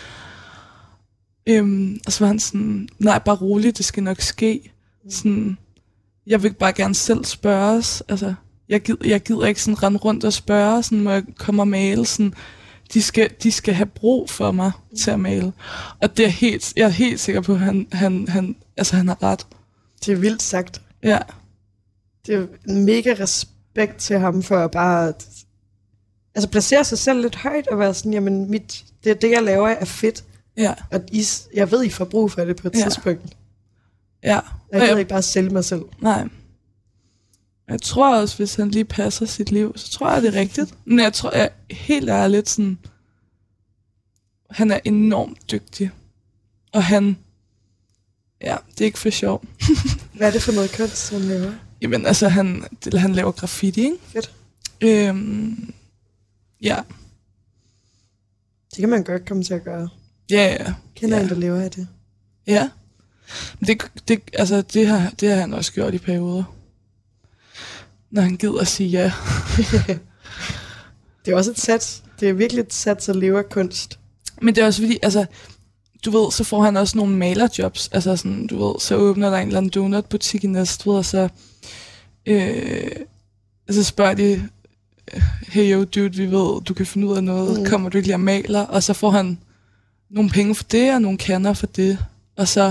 Øhm, og så var han sådan, nej, bare roligt, det skal nok ske. Mm. Sådan, jeg vil bare gerne selv spørges. Altså, jeg gider, jeg gider ikke sådan rende rundt og spørge, sådan, må jeg komme og male. Sådan, de, skal, de skal have brug for mig mm. til at male. Og det er helt, jeg er helt sikker på, at han, han, han, altså, han har ret. Det er vildt sagt. Ja. Det er en mega respekt til ham for at bare altså placere sig selv lidt højt og være sådan, jamen mit, det, det jeg laver er fedt. Ja. Og I, jeg ved, I får brug for det på et ja. tidspunkt. Ja. Jeg gider ikke bare sælge mig selv. Nej. Jeg tror også, hvis han lige passer sit liv, så tror jeg, det er rigtigt. Men jeg tror, jeg helt ærligt sådan, han er enormt dygtig. Og han, ja, det er ikke for sjov. Hvad er det for noget kunst, han laver? Jamen, altså, han, han laver graffiti, ikke? Fedt. Øhm, ja. Det kan man godt komme til at gøre. Ja, ja. Kender ja. en, der lever af det? Ja. Det, det, altså, det, har, det har han også gjort i perioder. Når han gider at sige ja. Det er også et sats. Det er virkelig et sats at leve af kunst. Men det er også fordi, altså, du ved, så får han også nogle malerjobs. Altså sådan, du ved, så åbner der en eller anden donutbutik i Næstved, og så, øh, så spørger de, hey yo dude, vi ved, du kan finde ud af noget, mm. kommer du ikke lige og maler? Og så får han nogle penge for det, og nogle kander for det, og så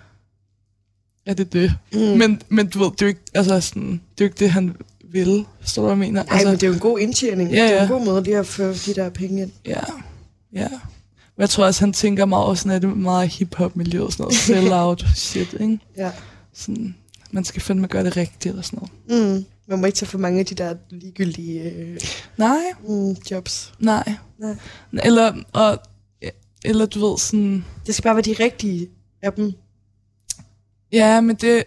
er det det. Mm. Men, men du ved, det er jo ikke, altså sådan, det er jo ikke det, han vil. Forstår du, hvad jeg mener? Nej, altså, men det er jo en god indtjening. Ja, ja. Det er en god måde lige at få de der penge ind. Ja, ja. Men jeg tror også, han tænker meget over sådan, at det er meget hip-hop-miljø og sådan noget. Sell-out shit, ikke? Ja. Sådan, man skal fandme gøre det rigtigt og sådan noget. Mm. Man må ikke tage for mange af de der ligegyldige øh, Nej. Mm, jobs. Nej. Nej. Eller, og, eller du ved sådan... Det skal bare være de rigtige af dem. Ja, men det...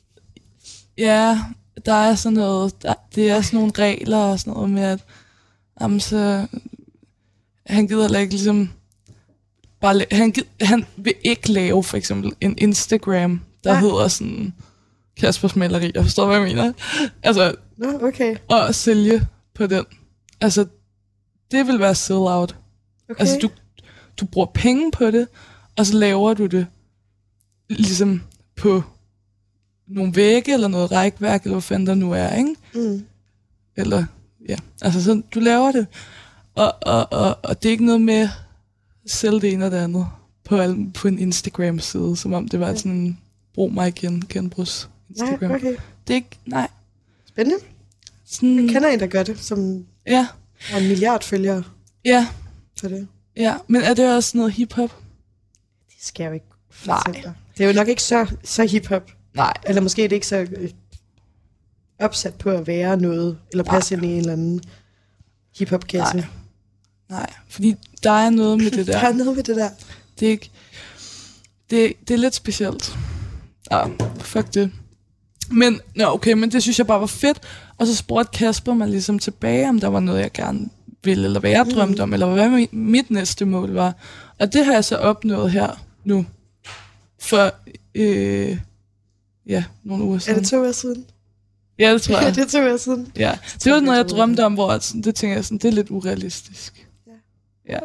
Ja, der er sådan noget... Der, det er sådan nogle regler og sådan noget med, at... Jamen, så... Han gider heller ikke ligesom... Bare, han, gider, han vil ikke lave for eksempel en Instagram, der ja. hedder sådan... Kaspers maleri, jeg forstår, hvad jeg mener. Altså... Nå, okay. Og sælge på den. Altså, det vil være sell-out. Okay. Altså, du, du bruger penge på det, og så laver du det ligesom på nogle vægge, eller noget rækværk, eller hvad fanden der nu er, ikke? Mm. Eller, ja. Altså, så du laver det. Og, og, og, og det er ikke noget med sælge det ene og det andet på, på en Instagram-side, som om det var okay. sådan en brug mig igen, genbrugs Instagram. Nej, okay. Det er ikke, nej. Spændende. Sådan, jeg kender en, der gør det, som ja. har en milliard følgere. Ja. For det. Ja, men er det også noget hiphop? Det skal jeg jo ikke. Nej. Det er jo nok ikke så, så hiphop. Nej. Eller måske er det ikke så øh, opsat på at være noget, eller passe ind i en eller anden hiphop-kasse. Nej. Nej, fordi der er noget med det der. Der er noget med det der. Det er ikke... Det, det er lidt specielt. Ja, fuck det. Men, nå, okay, men det synes jeg bare var fedt. Og så spurgte Kasper mig ligesom tilbage, om der var noget, jeg gerne ville, eller hvad jeg drømte om, eller hvad mit næste mål var. Og det har jeg så opnået her nu. For, øh, ja, nogle uger siden. Er det to år siden? Ja, det tror jeg. Ja, det er to år siden. Ja, det var noget, jeg drømte om, hvor det tænker jeg sådan, det er lidt urealistisk. Ja. Ja.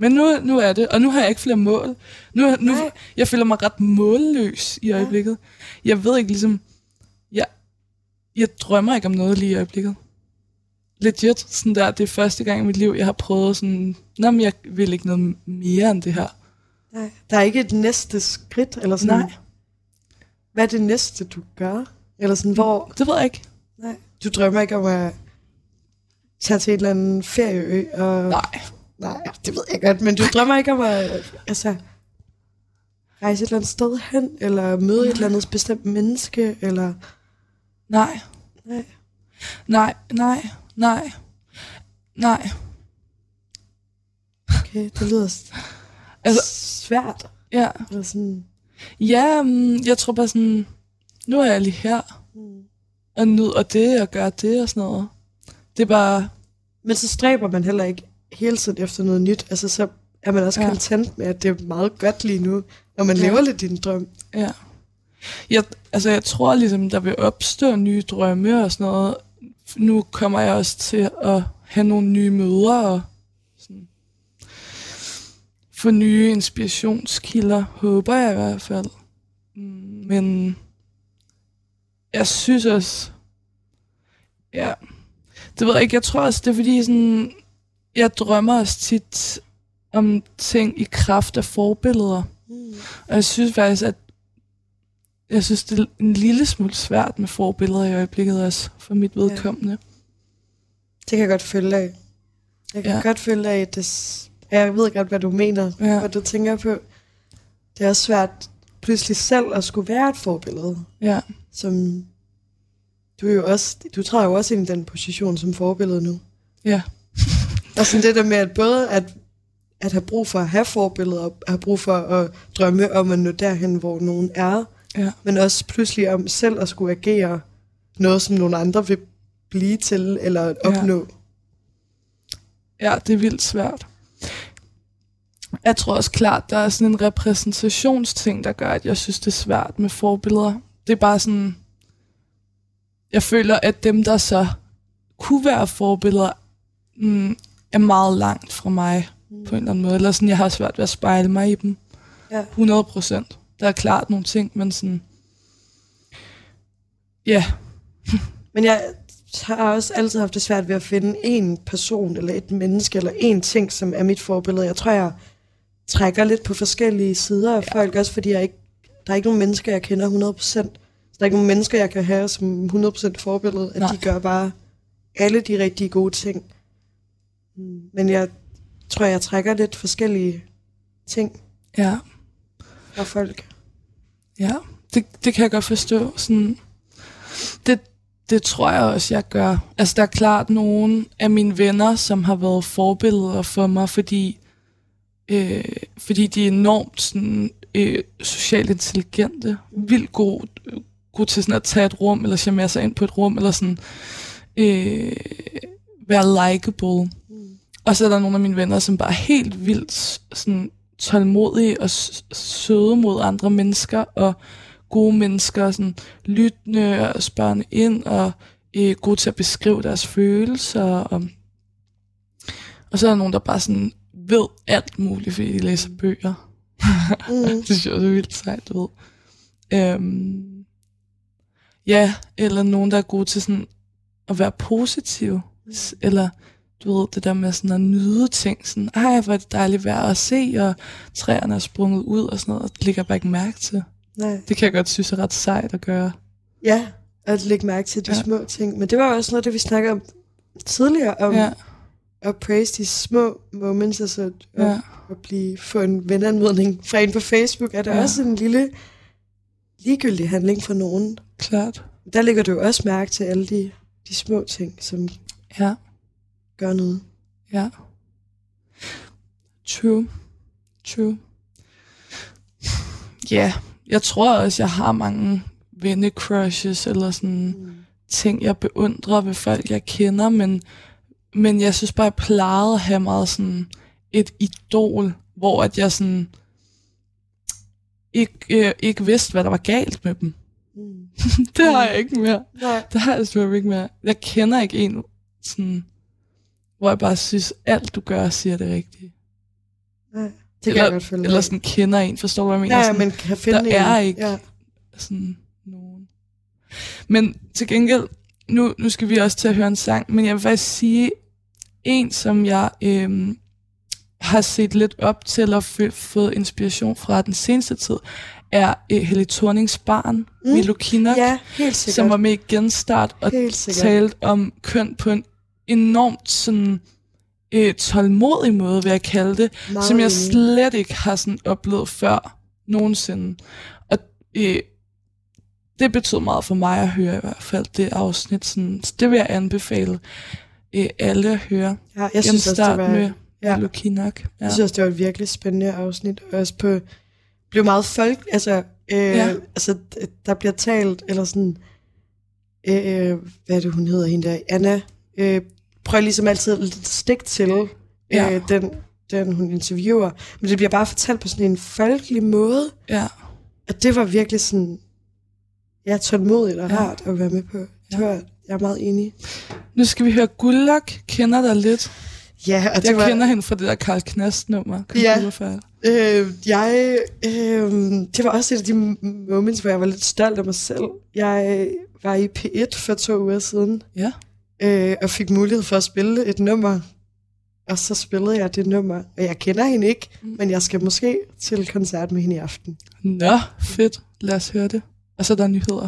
Men nu, nu er det, og nu har jeg ikke flere mål. Nu, nu, Nej. jeg føler mig ret målløs i øjeblikket. Ja. Jeg ved ikke ligesom, jeg, jeg drømmer ikke om noget lige i øjeblikket. Legit, sådan der, det er første gang i mit liv, jeg har prøvet sådan, nej, men jeg vil ikke noget mere end det her. Nej. Der er ikke et næste skridt, eller sådan. Nej. Hvad er det næste, du gør? Eller sådan, hvor... Det ved jeg ikke. Nej. Du drømmer ikke om at tage til et eller andet ferieø og... Nej. Nej, det ved jeg godt, men du drømmer ikke om at altså, rejse et eller andet sted hen, eller møde Nej. et eller andet bestemt menneske, eller... Nej. Nej. Nej, nej, nej, nej. Okay, det lyder altså, svært. Ja. Eller sådan... Ja, um, jeg tror bare sådan, nu er jeg lige her, mm. og nyder det, og gør det, og sådan noget. Det er bare... Men så stræber man heller ikke hele tiden efter noget nyt. Altså, så er man også ja. content med, at det er meget godt lige nu, når man ja. lever lidt din drøm. Ja. Jeg, altså, jeg tror ligesom, der vil opstå nye drømme og sådan noget. Nu kommer jeg også til at have nogle nye møder og sådan, få nye inspirationskilder, håber jeg i hvert fald. Men jeg synes også, ja, det ved jeg ikke, jeg tror også, det er fordi sådan, jeg drømmer også tit om ting i kraft af forbilleder. Mm. Og jeg synes faktisk, at jeg synes, det er en lille smule svært med forbilleder i øjeblikket også, for mit vedkommende. Ja. Det kan jeg godt følge af. Jeg kan ja. godt følge af, at det, jeg ved godt, hvad du mener, ja. hvad du tænker på. Det er også svært pludselig selv at skulle være et forbillede. Ja. Som du er jo også, du træder jo også ind i den position som forbillede nu. Ja. Og sådan det der med, at både at, at have brug for at have forbilleder, og have brug for at drømme om at nå derhen, hvor nogen er, ja. men også pludselig om selv at skulle agere noget, som nogle andre vil blive til, eller opnå. Ja, ja, det er vildt svært. Jeg tror også klart, der er sådan en repræsentationsting, der gør, at jeg synes, det er svært med forbilleder. Det er bare sådan, jeg føler, at dem, der så kunne være forbilleder, mm, er meget langt fra mig mm. på en eller anden måde. Eller sådan, jeg har svært ved at spejle mig i dem. Ja. hundrede procent. Der er klart nogle ting, men sådan, ja. Yeah. Men jeg har også altid haft det svært ved at finde en person, eller et menneske, eller en ting, som er mit forbillede. Jeg tror, jeg trækker lidt på forskellige sider af ja. folk, også fordi jeg ikke, der er ikke nogen mennesker, jeg kender hundrede procent. Så der er ikke nogen mennesker, jeg kan have som hundrede procent forbillede, at Nej. de gør bare alle de rigtig gode ting. Men jeg tror, jeg trækker lidt forskellige ting ja. fra folk. Ja, det, det kan jeg godt forstå. Sådan, det, det tror jeg også, jeg gør. Altså, der er klart nogle af mine venner, som har været forbilleder for mig, fordi, øh, fordi de er enormt sådan, øh, socialt intelligente, vildt gode, gode til sådan at tage et rum, eller charmere sig ind på et rum, eller sådan øh, være likeable. Mm. Og så er der nogle af mine venner, som bare er helt vildt sådan, tålmodige og søde mod andre mennesker, og gode mennesker, sådan lyttende og spørgende ind, og øh, gode til at beskrive deres følelser. Og, og så er der nogen, der bare sådan ved alt muligt, fordi de læser bøger. Mm. Det synes jeg også er vildt sejt, du ved. Øhm, ja, eller nogen, der er gode til sådan at være positive, mm. eller du ved, det der med sådan at nyde ting, sådan, ej, hvor er det dejligt vejr at se, og træerne er sprunget ud og sådan noget, og det lægger jeg bare ikke mærke til. Nej. Det kan jeg godt synes er ret sejt at gøre. Ja, at lægge mærke til de ja. små ting. Men det var også noget, det vi snakkede om tidligere, om ja. at praise de små moments, altså at, ja. at blive, få en venanmodning fra en på Facebook, er det ja. også en lille ligegyldig handling for nogen. Klart. Der lægger du også mærke til alle de, de små ting, som ja. gør noget. Ja. True. True. Ja, yeah. Jeg tror også, jeg har mange vennecrushes, eller sådan mm. ting, jeg beundrer ved folk, jeg kender, men, men jeg synes bare, jeg plejede at have meget sådan et idol, hvor at jeg sådan ikke, øh, ikke vidste, hvad der var galt med dem. Mm. Det har jeg ikke mere. Nej. Det har jeg selvfølgelig ikke mere. Jeg kender ikke en, sådan, hvor jeg bare synes, alt du gør, siger det rigtige. Nej, det kan eller, jeg godt følge. eller sådan kender en, forstår du, hvad jeg mener? Ja, sådan, men kan finde der en. er ikke ja. sådan nogen. Men til gengæld, nu, nu skal vi også til at høre en sang, men jeg vil faktisk sige, en som jeg øhm, har set lidt op til og f- fået inspiration fra den seneste tid, er øh, Helle Thornings barn, mm. Milo Kinnock, Ja, helt sikkert. som var med i Genstart og talte om køn på en enormt sådan øh, tålmodig måde, vil jeg kalde det, Meget som jeg enig. slet ikke har sådan oplevet før nogensinde. Og øh, det betød meget for mig at høre i hvert fald det afsnit. Sådan, så det vil jeg anbefale øh, alle at høre. Ja, jeg synes også, det var, med ja. Milo Kinnock. Ja. Jeg synes også, det var et virkelig spændende afsnit. Og også på, blev meget folk, altså, øh, Ja. altså, der bliver talt, eller sådan, øh, hvad er det, hun hedder, hende der, Anna, øh, prøver ligesom altid at stikke til øh, Ja. den, den, hun interviewer. Men det bliver bare fortalt på sådan en folkelig måde, Ja. og det var virkelig sådan, ja, tålmodigt og Ja. rart at være med på. Det Ja. var, jeg er meget enig. Nu skal vi høre Guldlok. Kender dig lidt? Ja, og det Jeg var, kender hende fra det der Karl Knast nummer. Ja. Ja. Øh, jeg, øh, det var også et af de moments, hvor jeg var lidt stolt af mig selv. Jeg var i P et for to uger siden, Ja. øh, og fik mulighed for at spille et nummer. Og så spillede jeg det nummer, og jeg kender hende ikke, Mm. men jeg skal måske til koncert med hende i aften. Nå, fedt. Lad os høre det. Og så er der nyheder.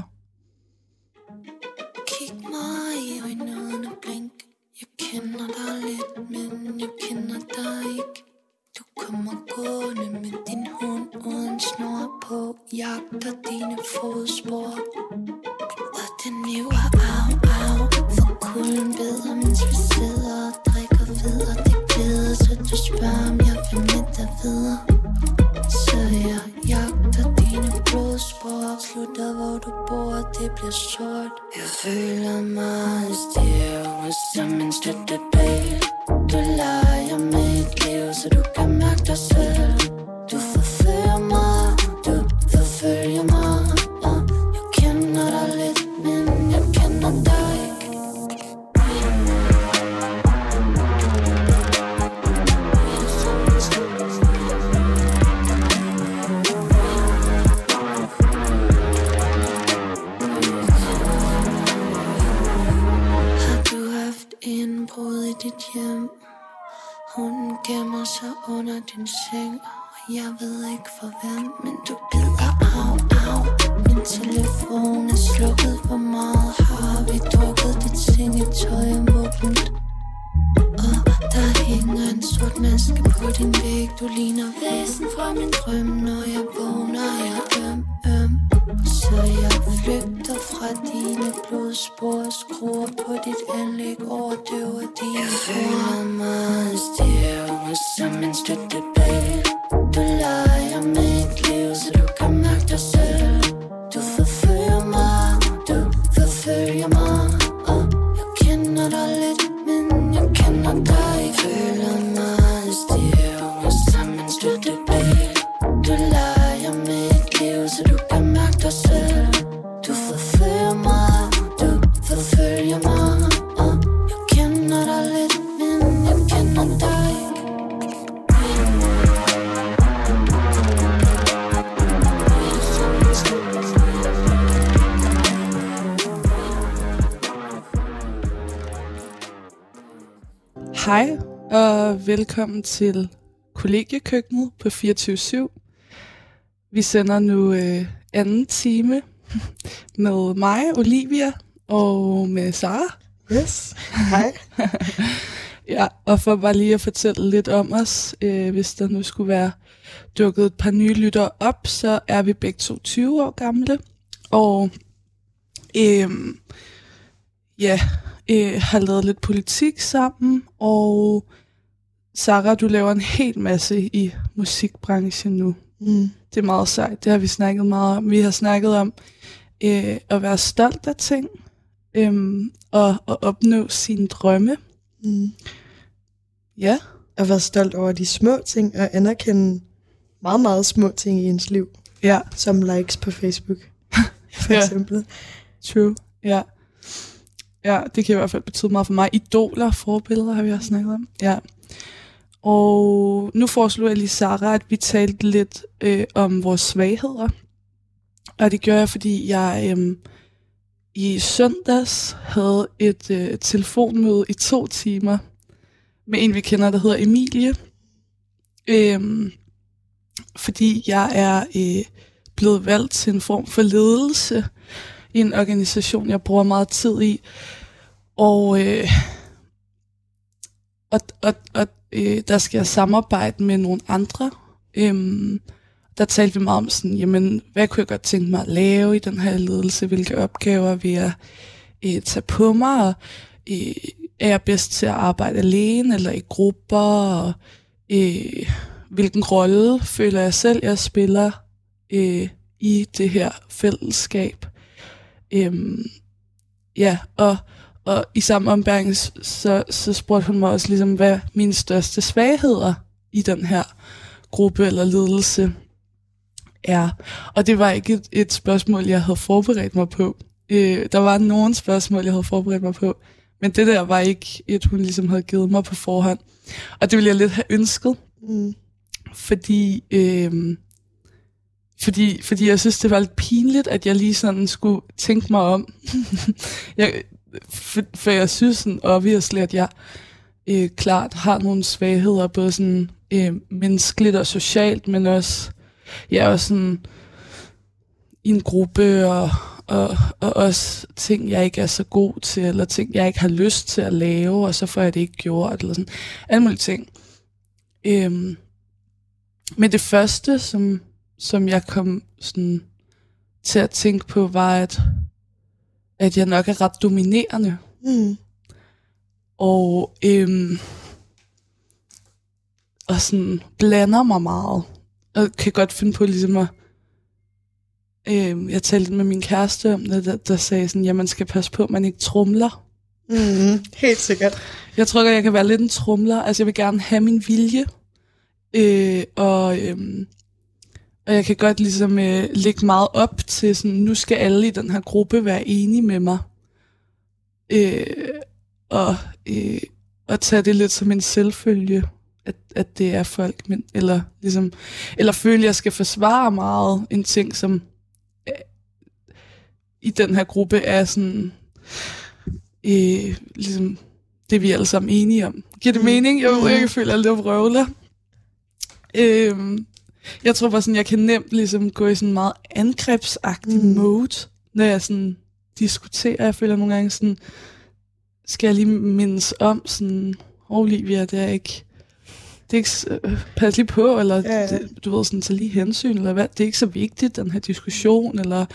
Kig mig i øjnene og blink. Jeg kender dig lidt, men jeg kender dig ikke. Du kommer gående med din hund uden snor på. Jagter dine fodspor, og den niver af, af. For kulden beder, mens vi sidder og drikker videre. Det glæder, så du spørger, om jeg vil med dig videre. Så jeg jagter dine blodspor. Slutter hvor du bor, det bliver sort. Jeg føler mig stiv som en støttebæl. Du leger med et liv, så du kan mærke dig selv. Du forfølger mig, du forfølger mig. Ja, jeg kender dig lidt, men jeg kender dig ikke. Har du haft indbrud i dit hjem? Hun gemmer sig under din seng, og jeg ved ikke for hvem, men du gider af, af. Min telefon er slukket, hvor meget har vi drukket? Dit sengetøj er muggent, og der hænger en sort maske på din væg. Du ligner væsen fra min drøm, når jeg vågner, jeg er øm, øm. Så jeg flygter fra dine blodspor, skruer på dit anlæg, overdøver dine. Jeg føler mig stiv som en støttebæl. Du leger med et liv, så du kan mærke dig selv. Du forfølger mig, du forfølger mig, og jeg kender dig lidt, men jeg kender dig ikke. Føler mig stiv som en støttebæl. Du leger med et liv, så du kan mærke dig selv. Du forfølger mig, du forfølger mig, og jeg kender dig lidt, men jeg kender dig ikke. Hej, og velkommen til Kollegiekøkkenet på fireogtyve syv. Vi sender nu øh, anden time med mig, Olivia, og med Sara. Yes, hej. Ja, og for bare lige at fortælle lidt om os, øh, hvis der nu skulle være dukket et par nye lyttere op, så er vi begge to tyve år gamle, og øh, ja, øh, har lavet lidt politik sammen, og Sara, du laver en hel masse i musikbranchen nu. Mm. Det er meget sejt, det har vi snakket meget om. Vi har snakket om øh, at være stolt af ting, øh, og at opnå sine drømme. Mm. Ja. At være stolt over de små ting, og anerkende meget, meget små ting i ens liv. Ja. Som likes på Facebook, for Ja. eksempel. True, ja. Ja, det kan i hvert fald betyde meget for mig. Idoler, forbilleder har vi også snakket om. Ja. Og nu foreslog jeg lige Sarah, at vi talte lidt øh, om vores svagheder. Og det gør jeg, fordi jeg øh, i søndags havde et øh, telefonmøde i to timer med en, vi kender, der hedder Emilie. Øh, fordi jeg er øh, blevet valgt til en form for ledelse i en organisation, jeg bruger meget tid i. Og, øh, og, og, og øh, der skal jeg samarbejde med nogle andre. Øhm, der talte vi meget om sådan, jamen, hvad kunne jeg godt tænke mig at lave i den her ledelse? Hvilke opgaver vil jeg øh, tage på mig? Og, øh, er jeg bedst til at arbejde alene eller i grupper? Og, øh, hvilken rolle føler jeg selv, jeg spiller øh, i det her fællesskab? Øhm, ja, og Og i samme ombæring, så, så spurgte hun mig også, ligesom, hvad mine største svagheder i den her gruppe eller ledelse er. Og det var ikke et, et spørgsmål, jeg havde forberedt mig på. Øh, der var nogle spørgsmål, jeg havde forberedt mig på, men det der var ikke et, hun ligesom havde givet mig på forhånd. Og det ville jeg lidt have ønsket, mm. fordi, øh, fordi, fordi jeg synes, det var lidt pinligt, at jeg lige sådan skulle tænke mig om. jeg... For, for jeg synes sådan obviously, at jeg øh, klart har nogle svagheder, både sådan øh, menneskeligt og socialt, men også, ja, også sådan i en gruppe, og, og, og også ting, jeg ikke er så god til, eller ting, jeg ikke har lyst til at lave, og så får jeg det ikke gjort, eller sådan alle mulige ting. Øhm, men det første, som, som jeg kom sådan til at tænke på, var, at at jeg nok er ret dominerende. Mm. Og, øhm, og sådan blander mig meget. Og kan godt finde på ligesom at... Øhm, jeg talte med min kæreste om det, der, der sagde sådan, at man skal passe på, at man ikke tromler. Mm, helt sikkert. Jeg tror, at jeg kan være lidt en tromler. Altså, jeg vil gerne have min vilje. Øh, og... Øhm, Og jeg kan godt ligesom øh, lægge meget op til sådan, nu skal alle i den her gruppe være enige med mig. Øh, og, øh, og tage det lidt som en selvfølge, at, at det er folk, men, eller, ligesom, eller føle, at jeg skal forsvare meget en ting, som øh, i den her gruppe er sådan, øh, ligesom det vi alle sammen enige om. Giver det mening? Jeg vil ikke føle alt det vrøvler. Øh, Jeg tror bare sådan, jeg kan nemt ligesom gå i sådan en meget angrebsagtig mm. mode, når jeg sådan diskuterer. Jeg føler nogle gange sådan, skal jeg lige mindes om sådan, Olivia, det er ikke, det er ikke, øh, pas lige på, eller ja, ja. Det, du ved sådan, tage lige hensyn, eller hvad, det er ikke så vigtigt, den her diskussion, eller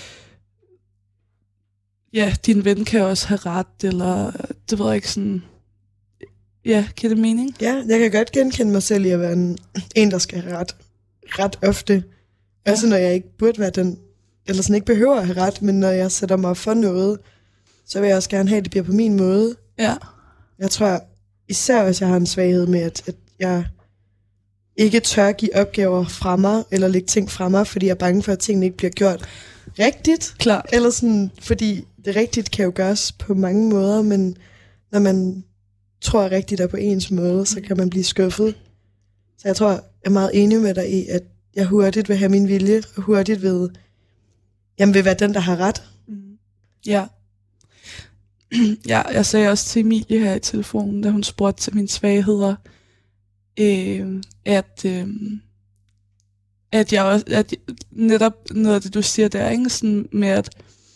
ja, din ven kan også have ret, eller det ved jeg ikke sådan, ja, giver det mening? Ja, jeg kan godt genkende mig selv i at være en, en der skal have ret. Ret ofte. Ja. Også når jeg ikke burde være den, eller sådan ikke behøver at have ret, men når jeg sætter mig for noget, så vil jeg også gerne have, at det bliver på min måde. Ja. Jeg tror, især hvis jeg har en svaghed med, at, at jeg ikke tør give opgaver fra mig, eller lægge ting fra mig, fordi jeg er bange for, at tingene ikke bliver gjort rigtigt. Klart. Eller sådan, fordi det rigtigt kan jo gøres på mange måder, men når man tror rigtigt er på ens måde, så kan man blive skuffet. Så jeg tror, jeg er meget enig med dig i, at jeg hurtigt vil have min vilje, og hurtigt ved, jamen vil være den, der har ret. Mm. Ja. Ja, jeg sagde også til Emilie her i telefonen, da hun spurgte til mine svagheder, øh, at, øh, at jeg også, at netop noget af det, du siger, der er ikke sådan med, at,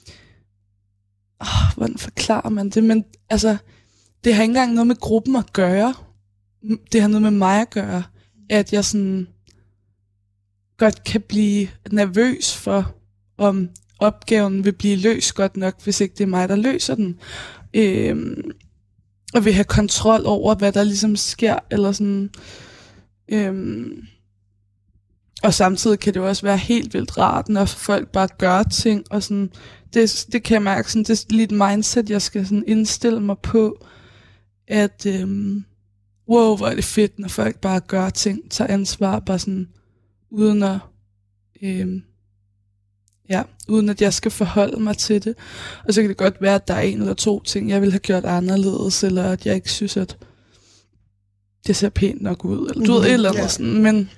åh, hvordan forklarer man det, men altså, det har ikke engang noget med gruppen at gøre. Det har noget med mig at gøre, at jeg sådan godt kan blive nervøs for, om opgaven vil blive løst godt nok, hvis ikke det er mig, der løser den. Øhm, og vil have kontrol over, hvad der ligesom sker, eller sådan. Øhm, og samtidig kan det jo også være helt vildt rart, når folk bare gør ting, og sådan, det, det kan jeg mærke, sådan, det er lige et mindset, jeg skal sådan indstille mig på, at øhm, wow, hvor er det fedt, når folk bare gør ting, tager ansvar, bare sådan, uden at, øhm, ja, uden at jeg skal forholde mig til det. Og så kan det godt være, at der er en eller to ting, jeg ville have gjort anderledes, eller at jeg ikke synes, at, det ser pænt nok ud, eller du mm, ved, et eller andet ja. sådan, men,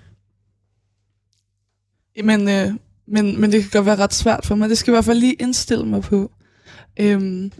men, øh, men, men det kan godt være ret svært for mig. Det skal i hvert fald lige indstille mig på. Øhm,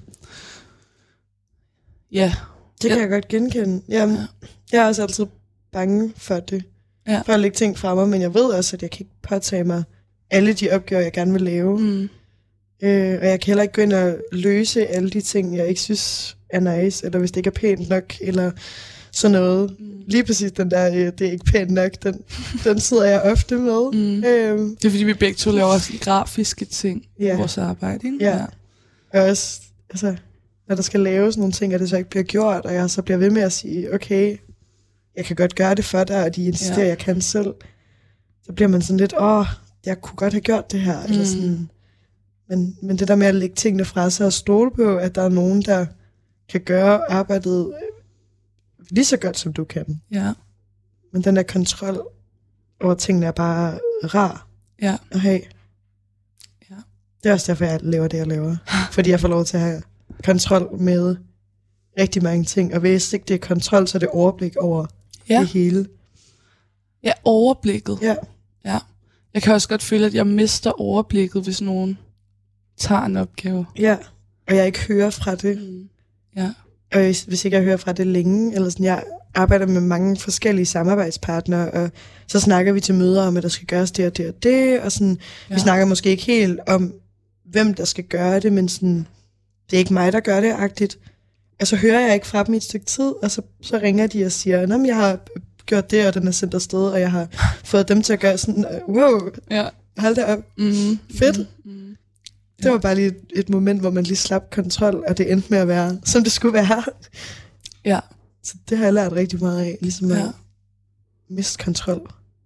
ja. Det kan ja. jeg godt genkende. Jamen, ja. Jeg er også altid bange for det. Ja. For at lægge ting fra mig, men jeg ved også, at jeg kan ikke påtage mig alle de opgaver, jeg gerne vil lave. Mm. Øh, og jeg kan heller ikke gå ind og løse alle de ting, jeg ikke synes er nice, eller hvis det ikke er pænt nok, eller sådan noget. Mm. Lige præcis den der, øh, det er ikke pænt nok, den, den sidder jeg ofte med. Mm. Øhm, Det er fordi, vi begge to laver sådan grafiske ting Ja. i vores arbejde, ikke? Ja. Og også, altså, når der skal laves nogle ting, og det så ikke bliver gjort, og jeg så bliver ved med at sige, okay, jeg kan godt gøre det for dig, og de insisterer, Ja. jeg kan selv, så bliver man sådan lidt, åh, jeg kunne godt have gjort det her, mm. eller sådan. Men, men det der med at lægge tingene fra sig og stole på, at der er nogen, der kan gøre arbejdet lige så godt, som du kan. Ja. Men den der kontrol over tingene er bare rar Ja. at have. Ja. Det er også derfor, jeg laver det, jeg laver. Fordi jeg får lov til at have kontrol med rigtig mange ting. Og hvis ikke det er kontrol, så er det overblik over Ja. det hele. Ja, overblikket. Ja. Ja. Jeg kan også godt føle, at jeg mister overblikket, hvis nogen tager en opgave. Ja, og jeg ikke hører fra det. Mm. Ja. Og hvis hvis ikke jeg hører fra det længe, eller sådan, jeg arbejder med mange forskellige samarbejdspartnere, og så snakker vi til møder om, at der skal gøres det og det og det, og sådan, ja. Vi snakker måske ikke helt om, hvem der skal gøre det, men sådan, det er ikke mig, der gør det, agtigt. Og så hører jeg ikke fra dem i et stykke tid, og så, så ringer de og siger, at jeg har gjort det, og den er sendt afsted, og jeg har fået dem til at gøre sådan, wow, Ja. hold da op, Mm. fedt. Mm. Det var bare lige et, et moment, hvor man lige slap kontrol, og det endte med at være, som det skulle være. Ja. Så det har jeg lært rigtig meget af, ligesom at Ja. miste kontrol.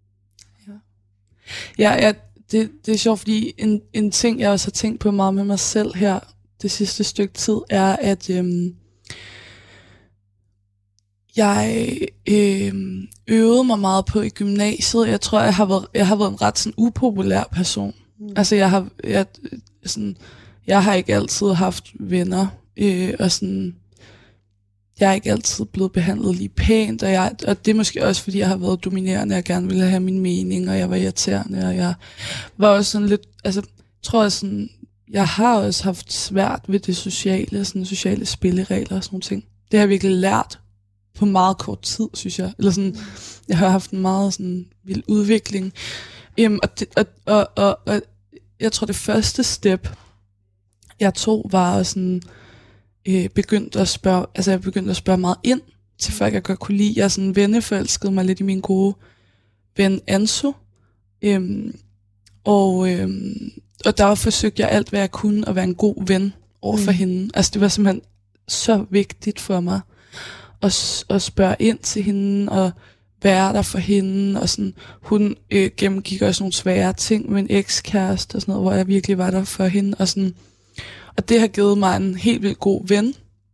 Ja, ja det, det er sjovt, fordi en, en ting, jeg også har tænkt på meget med mig selv her det sidste stykke tid, er, at øhm, jeg øhm, øvede mig meget på i gymnasiet. Jeg tror, jeg har været, jeg har været en ret sådan upopulær person. Mm. Altså, jeg har, jeg, sådan, jeg har ikke altid haft venner, øh, og sådan, jeg er ikke altid blevet behandlet lige pænt, og, jeg, og det er måske også, fordi jeg har været dominerende, og gerne ville have min mening, og jeg var irriterende, og jeg var også sådan lidt, altså, tror jeg sådan, jeg har også haft svært ved det sociale, sådan sociale spilleregler og sådan nogle ting. Det har jeg virkelig lært på meget kort tid, synes jeg. Eller sådan, jeg har haft en meget sådan vild udvikling. Um, og, det, og, og, og, og jeg tror, det første step, jeg tog, var sådan, øh, begyndt at spørge, altså jeg begyndte at spørge meget ind til folk, jeg godt kunne lide. Jeg sådan venneforelskede mig lidt i min gode ven Anso. Um, og, um, og der forsøgte jeg alt, hvad jeg kunne, at være en god ven over for mm. hende. Altså det var simpelthen så vigtigt for mig at, at spørge ind til hende, og være der for hende, og sådan, hun øh, gennemgik også nogle svære ting med en ekskæreste og sådan noget, hvor jeg virkelig var der for hende, og sådan, og det har givet mig en helt vildt god ven,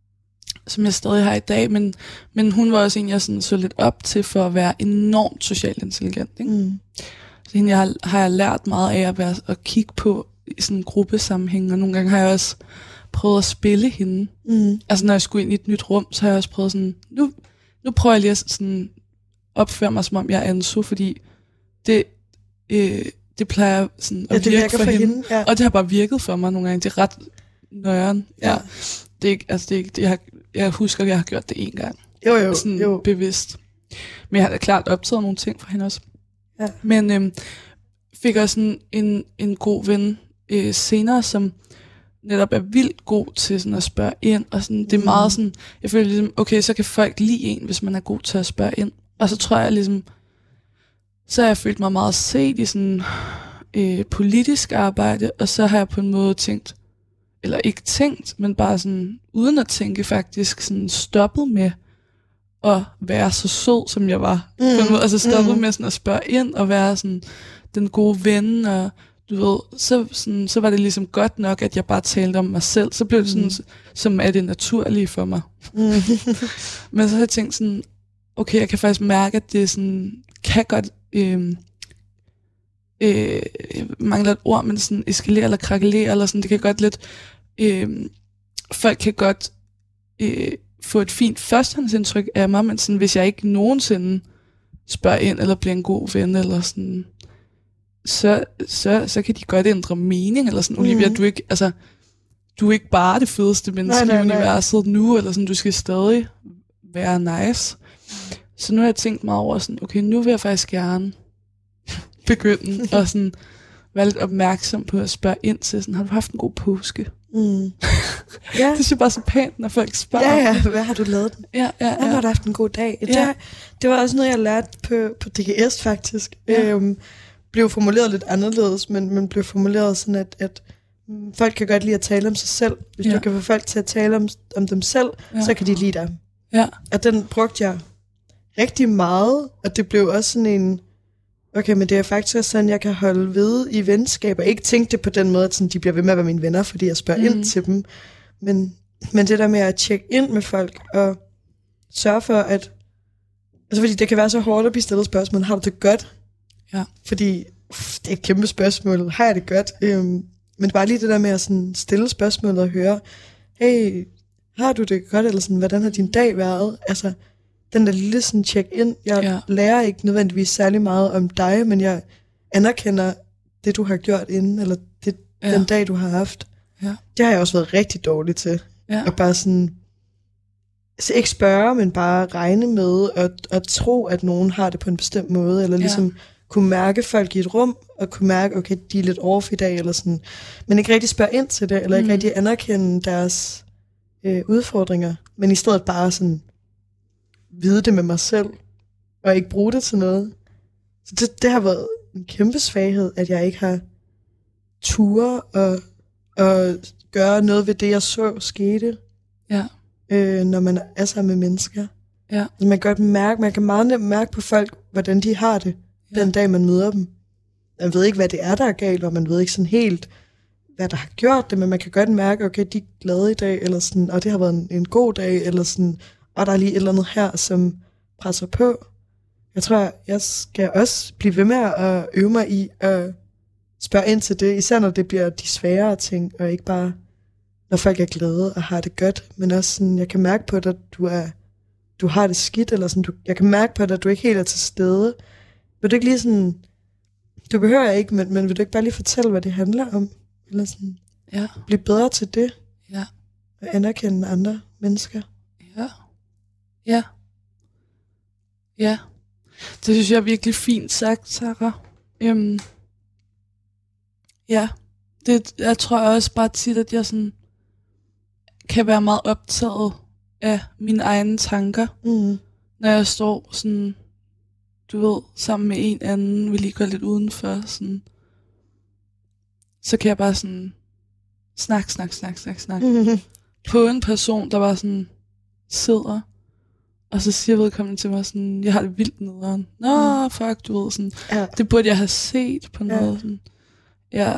som jeg stadig har i dag, men, men hun var også en, jeg sådan så lidt op til for at være enormt socialt intelligent, ikke? Mm. Så hende jeg har, har jeg lært meget af at, være, at kigge på i sådan en gruppesammenhæng, og nogle gange har jeg også prøvet at spille hende. Mm. Altså når jeg skulle ind i et nyt rum, så har jeg også prøvet sådan, nu, nu prøver jeg lige at sådan opføre mig, som om jeg er Anso, fordi det, øh, det plejer sådan at ja, virke for, for hende. hende ja. Og det har bare virket for mig nogle gange. Det er ret nøjeren. Ja. Ja. Det er ikke, altså det er ikke, det, jeg, har, jeg husker, at jeg har gjort det en gang. Jo, jo, sådan jo. Bevidst. Men jeg har da klart optaget nogle ting fra hende også. Ja. Men øhm, fik også en, en, en god ven øh, senere, som netop er vildt god til sådan at spørge ind, og sådan, det er meget sådan, jeg føler ligesom, okay, så kan folk lide en, hvis man er god til at spørge ind. Og så tror jeg ligesom, så har jeg følt mig meget set i sådan øh, politisk arbejde, og så har jeg på en måde tænkt, eller ikke tænkt, men bare sådan, uden at tænke faktisk, sådan stoppet med at være så sød, som jeg var. Mm. På en måde, altså stoppet mm. med sådan at spørge ind, og være sådan den gode ven, og du ved, så, sådan, så var det ligesom godt nok, at jeg bare talte om mig selv. Så blev det sådan, mm. som er det naturlige for mig. Mm. Men så har jeg tænkt sådan, okay, jeg kan faktisk mærke, at det sådan, kan godt, øh, øh, jeg mangler et ord, men sådan eskalere eller krakelere, eller sådan, det kan godt lidt, øh, folk kan godt øh, få et fint førstehåndsindtryk af mig, men sådan, hvis jeg ikke nogensinde spørger ind, eller bliver en god ven, eller sådan, så, så, så kan de godt ændre mening, eller sådan, Olivia, mm. du er ikke, altså, du er ikke bare det fedeste menneske nej, nej, nej. i universet nu, eller sådan, du skal stadig være nice. Så nu har jeg tænkt meget over sådan, okay, nu vil jeg faktisk gerne begynde at sådan være lidt opmærksom på at spørge ind til sådan, har du haft en god påske? Mm. Ja. Det synes jeg bare så pænt, når folk spørger. Ja, ja, hvad har du lavet? Ja, ja, ja. Har du haft en god dag? Ja. Det, det var også noget, jeg lærte på, på D G S faktisk. Ja. Øhm, blev formuleret lidt anderledes, men, men blev formuleret sådan, at, at folk kan godt lide at tale om sig selv. Hvis ja. du kan få folk til at tale om, om dem selv, ja. så kan de lide dig. Ja. Og den brugte jeg rigtig meget, og det blev også sådan en, okay, men det er faktisk også sådan, jeg kan holde ved i venskaber. Ikke tænke det på den måde, at sådan, de bliver ved med at være mine venner, fordi jeg spørger mm. ind til dem. Men, men det der med at tjekke ind med folk, og sørge for, at... Altså, fordi det kan være så hårdt at blive stillet spørgsmål, har du det godt? Ja. Fordi uff, det er et kæmpe spørgsmål. Har jeg det godt? Øhm, men bare lige det der med at sådan, stille spørgsmål og høre, hey, har du det godt? Eller sådan, hvordan har din dag været? Altså... Den der lille sådan check-in, jeg ja. lærer ikke nødvendigvis særlig meget om dig, men jeg anerkender det, du har gjort inden, eller det, ja. den dag, du har haft. Ja. Det har jeg også været rigtig dårlig til. Ja. Og bare sådan, altså ikke spørge, men bare regne med, og, og tro, at nogen har det på en bestemt måde, eller ligesom ja. kunne mærke folk i et rum, og kunne mærke, okay, de er lidt off i dag, eller sådan. Men ikke rigtig spørge ind til det, eller ikke mm. rigtig anerkende deres øh, udfordringer, men i stedet bare sådan, vide det med mig selv, og ikke bruge det til noget. Så det, det har været en kæmpe svaghed, at jeg ikke har ture og, og gøre noget ved det, jeg så skete, ja. øh, når man er sammen med mennesker. Ja. Så man kan godt mærke, man kan meget nemt mærke på folk, hvordan de har det, ja. den dag, man møder dem. Man ved ikke, hvad det er, der er galt, og man ved ikke sådan helt, hvad der har gjort det, men man kan godt mærke, okay, de er glade i dag, eller sådan, og det har været en, en god dag, eller sådan, og der er lige et eller andet her, som presser på. Jeg tror, jeg skal også blive ved med at øve mig i at spørge ind til det, især når det bliver de sværere ting, og ikke bare, når folk er glade og har det godt, men også sådan, jeg kan mærke på dig, at du, er, du har det skidt, eller sådan, du, jeg kan mærke på dig, at du ikke helt er til stede. Vil du ikke lige sådan, du behøver ikke, men, men vil du ikke bare lige fortælle, hvad det handler om? Eller sådan, ja. blive bedre til det, ja. og anerkende andre mennesker. Ja. Ja. Ja. Det synes jeg er virkelig fint sagt, Sarah. Øhm. Ja. Det, jeg tror også bare tit, at jeg sådan kan være meget optaget af mine egne tanker, mm. når jeg står sådan, du ved, sammen med en anden, vi lige går lidt udenfor, sådan, så kan jeg bare sådan snak, snak, snak, snak, snak mm. på en person, der bare sådan sidder. Og så siger vedkommende til mig sådan, jeg har det vildt nederen. Nå, fuck, du ved, sådan, ja. det burde jeg have set på noget. Ja. Sådan. Ja.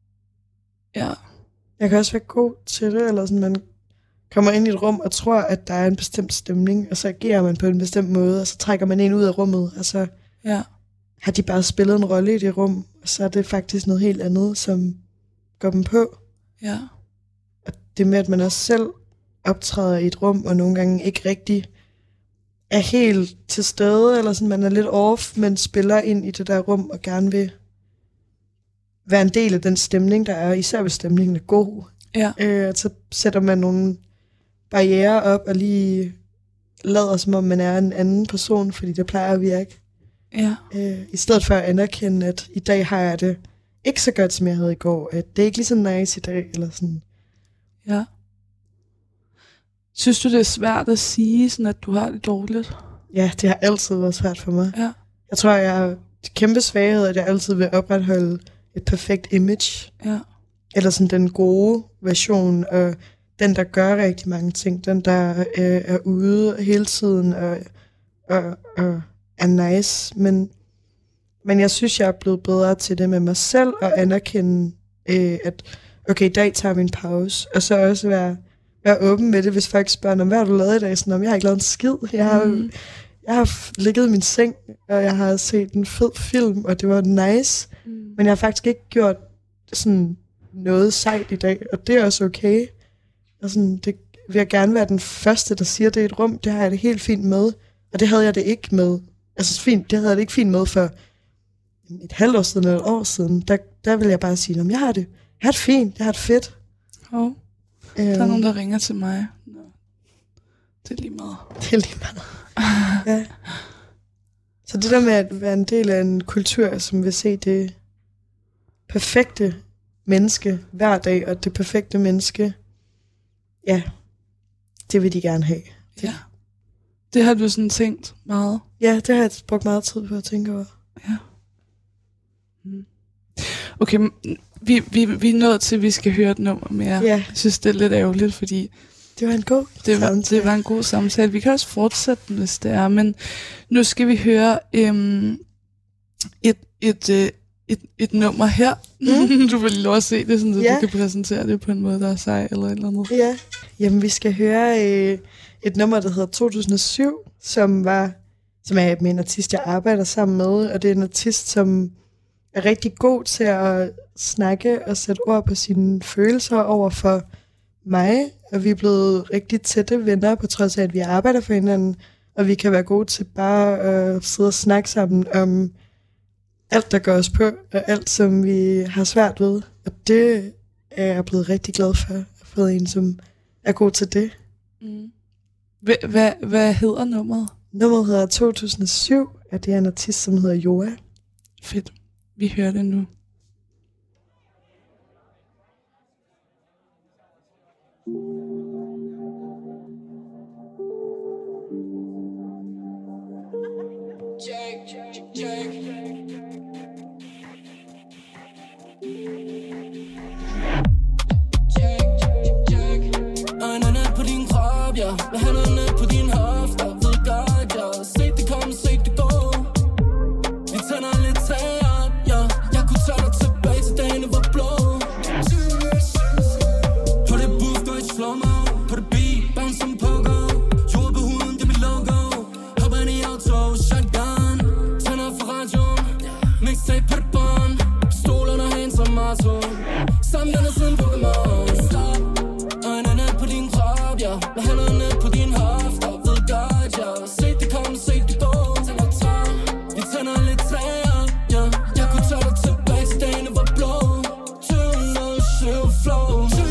Ja. Jeg kan også være god til det, eller sådan, man kommer ind i et rum og tror, at der er en bestemt stemning, og så agerer man på en bestemt måde, og så trækker man en ud af rummet, og så ja. har de bare spillet en rolle i det rum, og så er det faktisk noget helt andet, som går dem på. Ja. Og det med, at man også selv optræder i et rum, og nogle gange ikke rigtig er helt til stede, eller sådan, man er lidt off, men spiller ind i det der rum, og gerne vil være en del af den stemning, der er, især hvis stemningen er god. Ja. Øh, så sætter man nogle barrierer op, og lige lader, som om man er en anden person, fordi det plejer at virke. Ja. Øh, I stedet for at anerkende, at i dag har jeg det ikke så godt, som jeg havde i går. At det er ikke lige så nice i dag, eller sådan. Ja. Synes du, det er svært at sige, sådan at du har det dårligt? Ja, det har altid været svært for mig. Ja. Jeg tror, jeg har kæmpe svaghed, at jeg altid vil opretholde et perfekt image. Ja. Eller sådan den gode version, og den, der gør rigtig mange ting. Den, der øh, er ude hele tiden, og, og, og er nice. Men, men jeg synes, jeg er blevet bedre til det med mig selv, og anerkende, øh, at okay, i dag tager vi en pause. Og så også være være åben med det, hvis folk spørger, hvad har du lavet i dag? Sådan, jeg har ikke lavet en skid. Jeg har, mm. jeg har ligget i min seng, og jeg har set en fed film, og det var nice. Mm. Men jeg har faktisk ikke gjort sådan noget sejt i dag, og det er også okay. Og sådan, det vil jeg gerne være den første, der siger det i et rum. Det har jeg det helt fint med. Og det havde jeg det ikke med. Altså fint, det havde jeg det ikke fint med for et halvt år siden eller et år siden. Der, der vil jeg bare sige, at jeg har det. Jeg har det fint, jeg har det fedt. Oh. Øhm, der er nogen, der ringer til mig. Nå. Det er lige meget. Det er lige meget. Ja. Så det der med at være en del af en kultur, som vil se det perfekte menneske hver dag, og det perfekte menneske, ja, det vil de gerne have. Det. Ja. Det har du sådan tænkt meget? Ja, det har jeg brugt meget tid på at tænke over. Ja. Okay, vi, vi, vi er nået til, at vi skal høre et nummer mere. Ja. Jeg synes, det er lidt ærgerligt, fordi det var en god det var, samtale. det var en god samtale. Vi kan også fortsætte den, hvis det er, men nu skal vi høre øhm, et, et, et, et, et nummer her. Mm. Du vil lige lov at se det, sådan, så ja. Du kan præsentere det på en måde, der er sej eller et eller andet. Ja, jamen vi skal høre øh, et nummer, der hedder to tusind og syv, som var som er med en artist, jeg arbejder sammen med, og det er en artist, som er rigtig god til at snakke og sætte ord på sine følelser over for mig, og vi er blevet rigtig tætte venner, på trods af, at vi arbejder for hinanden, og vi kan være gode til bare at sidde og snakke sammen om alt, der går os på, og alt, som vi har svært ved. Og det er jeg blevet rigtig glad for, at have fået en, som er god til det. Mm. H- hvad, hvad hedder nummeret? Nummeret hedder to tusind og syv, og det er en artist, som hedder Joa. Fedt. Vi hører det nu. Øjnene på din krop, ja. Med hænderne på din hofter. Ved godt, ja. Se det komme, se det gå. Vi tænder lidt tag op, ja. Jeg kunne tage dig tilbage til dagene var blå. På det booth går i slow-mo. På det beat, bang som pogo. Jord på huden, det er mit logo. Hopper ind i auto, shotgun. Tænder for radioen. Mixtape på det bånd. Stol under hand som Marto. Sammen den er siden Pokémon. Øjnene på din krop, ja. Med hænderne på din hofter. Ved godt, ja. Se det komme, se det gå. Vi tænder lidt tag op, ja. Jeg kunne tage dig tilbage til dagene var blå. to nul syv flow.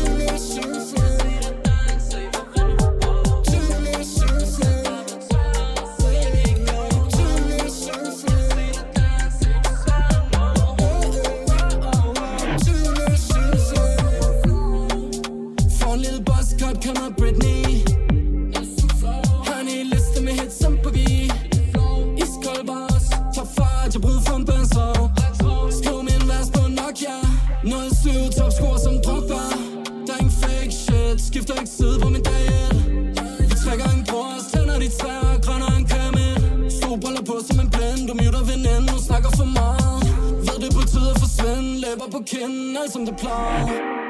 For en lille buzzcut kommer Britney. Honey, liste med hits som Boogie. Iskold boss, top fart, jeg bryder for en benzo. Skriv min vers på Nokia. nul syv, topscore som Drogba. Der er ingen fake shit, skifter ikke side på min diet. Vi trækker en brors, tænder de træer, grønner en kamin. Solbriller på som en blind, du muter veninden, hun snakker for meget. Ved det på tide at forsvinde, læber på kinden, alt som det plejer.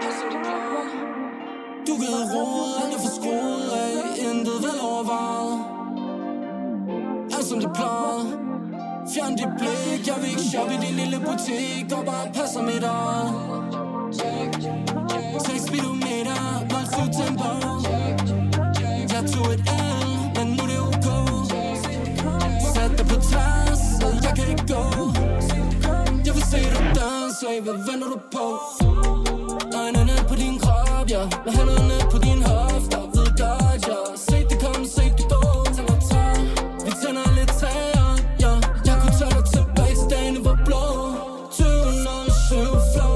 Du ved råd, alt er for skruet af, intet vel overvejet. Alt som det plejer. Fjern dit blik, jeg vil ikke shoppe i din lille butik, og bare passer mit øje. Tag speedometer, nul syv tempo. Jeg tog et L, men nu er det ok. Sæt dig på tværs, så jeg kan ikke gå. Jeg vil se dig danse, hvad venter du på? Øjnene på din krop, ja. Med hænderne på din hofter. Ved godt, ja. Se det komme, se det gå. Vi tænder lidt tag op, ja. Jeg kunne tage dig tilbage til dagene var blå. to nul syv flow.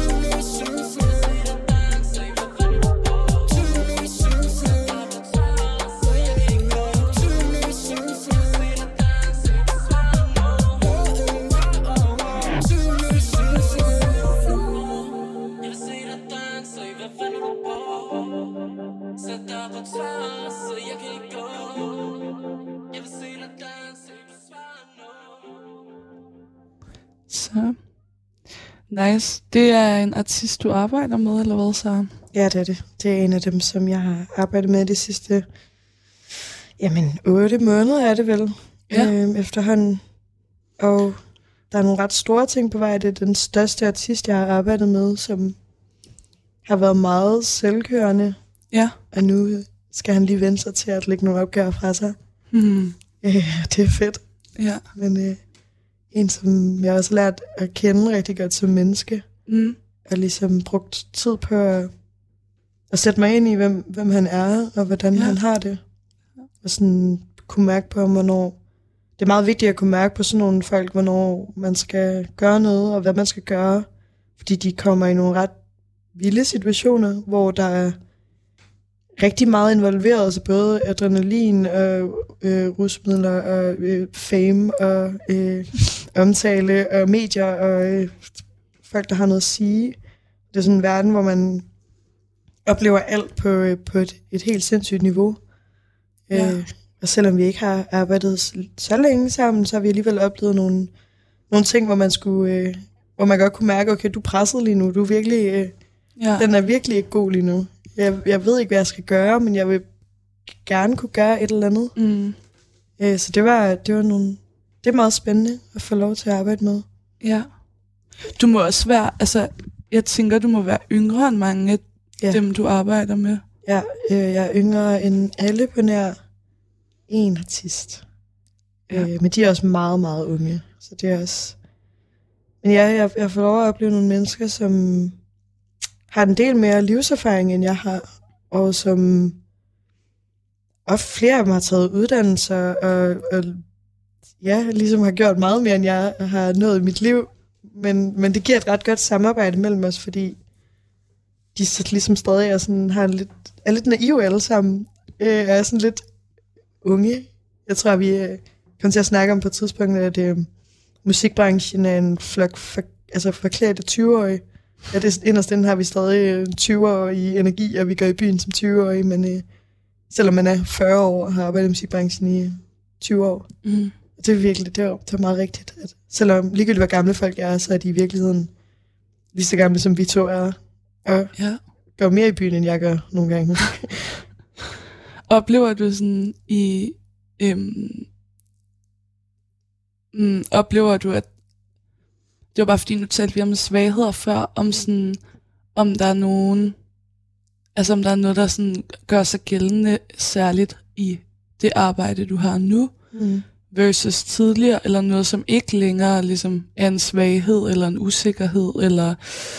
Så. Nice. Det er en artist, du arbejder med, eller hvad, så? Ja, det er det. Det er en af dem, som jeg har arbejdet med de sidste, jamen, otte måneder er det vel, ja. øhm, efterhånden. Og der er nogle ret store ting på vej. Det er den største artist, jeg har arbejdet med, som har været meget selvkørende. Ja. Og nu skal han lige vende sig til at lægge nogle opgaver fra sig. Mm. Øh, det er fedt. Ja. Men øh, en, som jeg også har lært at kende rigtig godt som menneske, Mm. og ligesom brugt tid på at, at sætte mig ind i, hvem, hvem han er, og hvordan Ja. han har det. Og sådan kunne mærke på ham, hvornår... Det er meget vigtigt at kunne mærke på sådan nogle folk, hvornår man skal gøre noget, og hvad man skal gøre. Fordi de kommer i nogle ret vilde situationer, hvor der er rigtig meget involveret, så både adrenalin og øh, rusmidler og øh, fame og øh, omtale og medier og øh, folk, der har noget at sige. Det er sådan en verden, hvor man oplever alt på, øh, på et, et helt sindssygt niveau. Ja. Øh, og selvom vi ikke har arbejdet så længe sammen, så har vi alligevel oplevet nogle, nogle ting, hvor man skulle, øh, hvor man godt kunne mærke, okay, du er presset lige nu, du er virkelig, øh, Ja. den er virkelig ikke god lige nu. Jeg, jeg ved ikke, hvad jeg skal gøre, men jeg vil gerne kunne gøre et eller andet. Mm. Øh, så det var, det var nogle, det er meget spændende at få lov til at arbejde med. Ja. Du må også være, altså, jeg tænker, du må være yngre end mange af Ja. dem, du arbejder med. Ja, øh, jeg er yngre end alle på nær en artist. Ja. Øh, men de er også meget, meget unge. Så det er også... Men ja, jeg, jeg får lov at opleve nogle mennesker, som har en del mere livserfaring, end jeg har. Og som... Og flere af dem har taget uddannelser, og, og ja, ligesom har gjort meget mere, end jeg har nået i mit liv. Men, men det giver et ret godt samarbejde mellem os, fordi de så ligesom stadig er, sådan, har lidt, er lidt naive alle sammen. Øh, er sådan lidt unge. Jeg tror, vi øh, kommer til at snakke om på et tidspunkt, at øh, musikbranchen er en flok for, altså forklædte tyve-årige. Ja, det er inderst inden har vi stadig øh, tyve år i energi, og vi går i byen som tyve-årige, men øh, selvom man er fyrre år og har arbejdet i musikbranchen i tyve år. Mm. Det er virkelig, det er, det er meget rigtigt. At selvom ligegyldigt hvor gamle folk er, så er de i virkeligheden lige så gamle, som vi to er. Og Ja. går mere i byen, end jeg gør nogle gange. Oplever du sådan i... Øhm, mm, oplever du, at... Det var bare fordi, nu talte vi om svagheder før, om sådan... Om der er nogen... Altså om der er noget, der sådan gør sig gældende særligt i det arbejde, du har nu, Mm. versus tidligere, eller noget, som ikke længere ligesom er en svaghed, eller en usikkerhed, eller...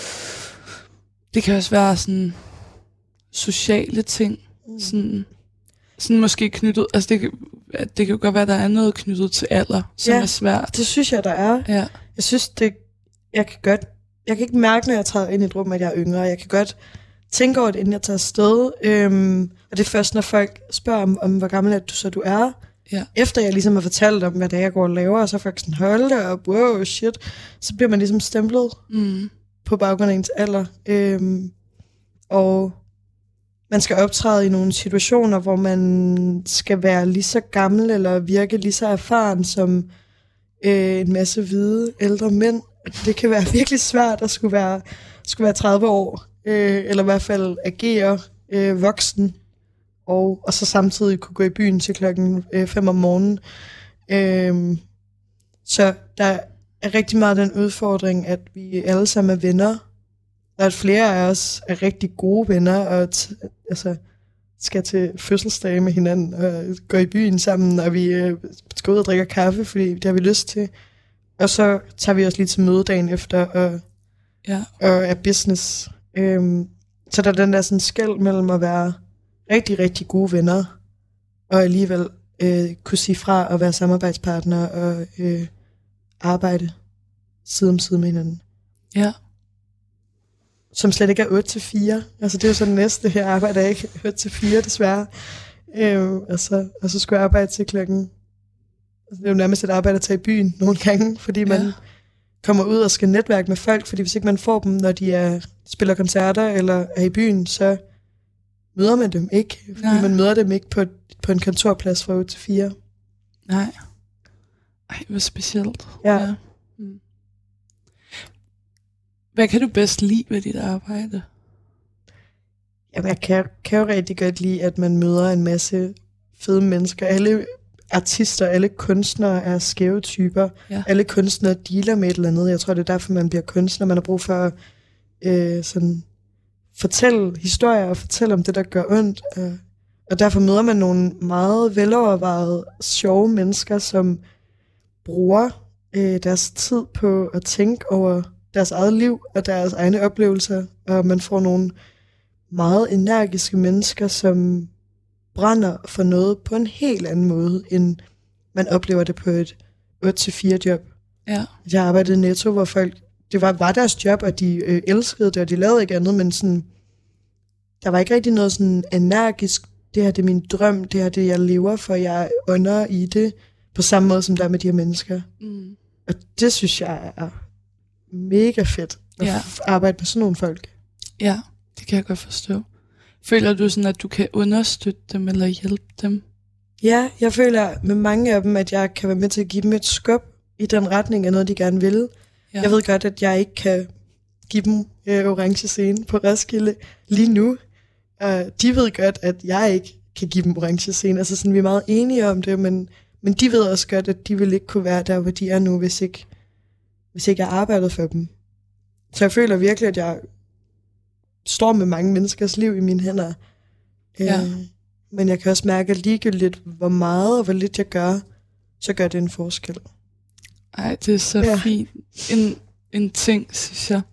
Det kan også være sådan sociale ting, Mm. sådan, sådan måske knyttet, altså det, kan- det kan jo godt være, at der er noget knyttet til alder, som Ja. er svært. Det synes jeg, der er. Ja, Jeg synes, det, jeg kan godt, jeg kan ikke mærke, når jeg træder ind i et rum, at jeg er yngre. Jeg kan godt tænke over det, inden jeg tager afsted. Øhm, og det er først, når folk spørger om, om hvor gammel er du så du er. Ja. Efter jeg ligesom har fortalt om, hvad det er, jeg går og laver, og så er folk sådan, hold da op, wow, shit. Så bliver man ligesom stemplet mm, på baggrund af ens alder. Øhm, og man skal optræde i nogle situationer, hvor man skal være lige så gammel eller virke lige så erfaren som øh, en masse hvide ældre mænd. Det kan være virkelig svært at skulle være, skulle være tredive år, øh, eller i hvert fald agere øh, voksen, og, og så samtidig kunne gå i byen til klokken øh, fem om morgenen. Øh, så der er rigtig meget den udfordring, at vi alle sammen er venner, og at flere af os er rigtig gode venner, og t- altså, skal til fødselsdage med hinanden, og gå i byen sammen, og vi øh, skal ud og drikke kaffe, fordi det har vi lyst til. Og så tager vi os lige til møde dagen efter, og, ja, og er business. Øhm, så der er den der sådan skel mellem at være rigtig, rigtig gode venner, og alligevel øh, kunne sige fra og være samarbejdspartner og øh, arbejde side om side med hinanden. ja, Som slet ikke er otte til fire. Altså det er jo så det næste her arbejde, er ikke otte til fire desværre. Øhm, og, så, og så skulle jeg arbejde til klokken... Altså, det er jo nærmest et arbejde at tage i byen nogle gange, fordi man Ja. kommer ud og skal netværke med folk, fordi hvis ikke man får dem, når de er, spiller koncerter eller er i byen, så møder man dem ikke. Fordi Nej. man møder dem ikke på, på en kontorplads fra otte til fire. nej. Ej, hvor specielt. Ja. Mm. Hvad kan du bedst lide ved dit arbejde? Jamen, jeg kan, kan jo rigtig godt lide, at man møder en masse fede mennesker. Alle artister, alle kunstnere er skæve typer. Ja. Alle kunstnere dealer med et eller andet. Jeg tror, det er derfor, man bliver kunstner. Man har brug for at øh, sådan, fortælle historier og fortælle om det, der gør ondt. Og, Og derfor møder man nogle meget velovervejede, sjove mennesker, som bruger øh, deres tid på at tænke over deres eget liv og deres egne oplevelser. Og man får nogle meget energiske mennesker, som brænder for noget på en helt anden måde, end man oplever det på et otte til fire job. Ja. Jeg arbejdede i Netto, hvor folk, det var, var deres job, og de øh, elskede det, og de lavede ikke andet, men sådan, der var ikke rigtig noget sådan energisk, det her det er min drøm, det her det er, jeg lever for, jeg ånder i det, på samme måde som der er med de her mennesker. Mm. Og det synes jeg er mega fedt, at Ja. f- arbejde med sådan nogle folk. Ja, det kan jeg godt forstå. Føler du sådan, at du kan understøtte dem eller hjælpe dem? Ja, jeg føler med mange af dem, at jeg kan være med til at give dem et skub i den retning af noget, de gerne vil. Ja. Jeg ved godt, at jeg ikke kan give dem øh, orange scene på Roskilde lige nu. Og de ved godt, at jeg ikke kan give dem orange scene. Altså sådan, vi er meget enige om det, men, men de ved også godt, at de vil ikke kunne være der, hvor de er nu, hvis ikke, hvis ikke jeg arbejdede for dem. Så jeg føler virkelig, at jeg står med mange menneskers liv i mine hænder. Ja. Øh, men jeg kan også mærke, at ligegyldigt hvor meget og hvor lidt jeg gør, så gør det en forskel. Ej, det er så Ja. fint. En, en ting, synes jeg.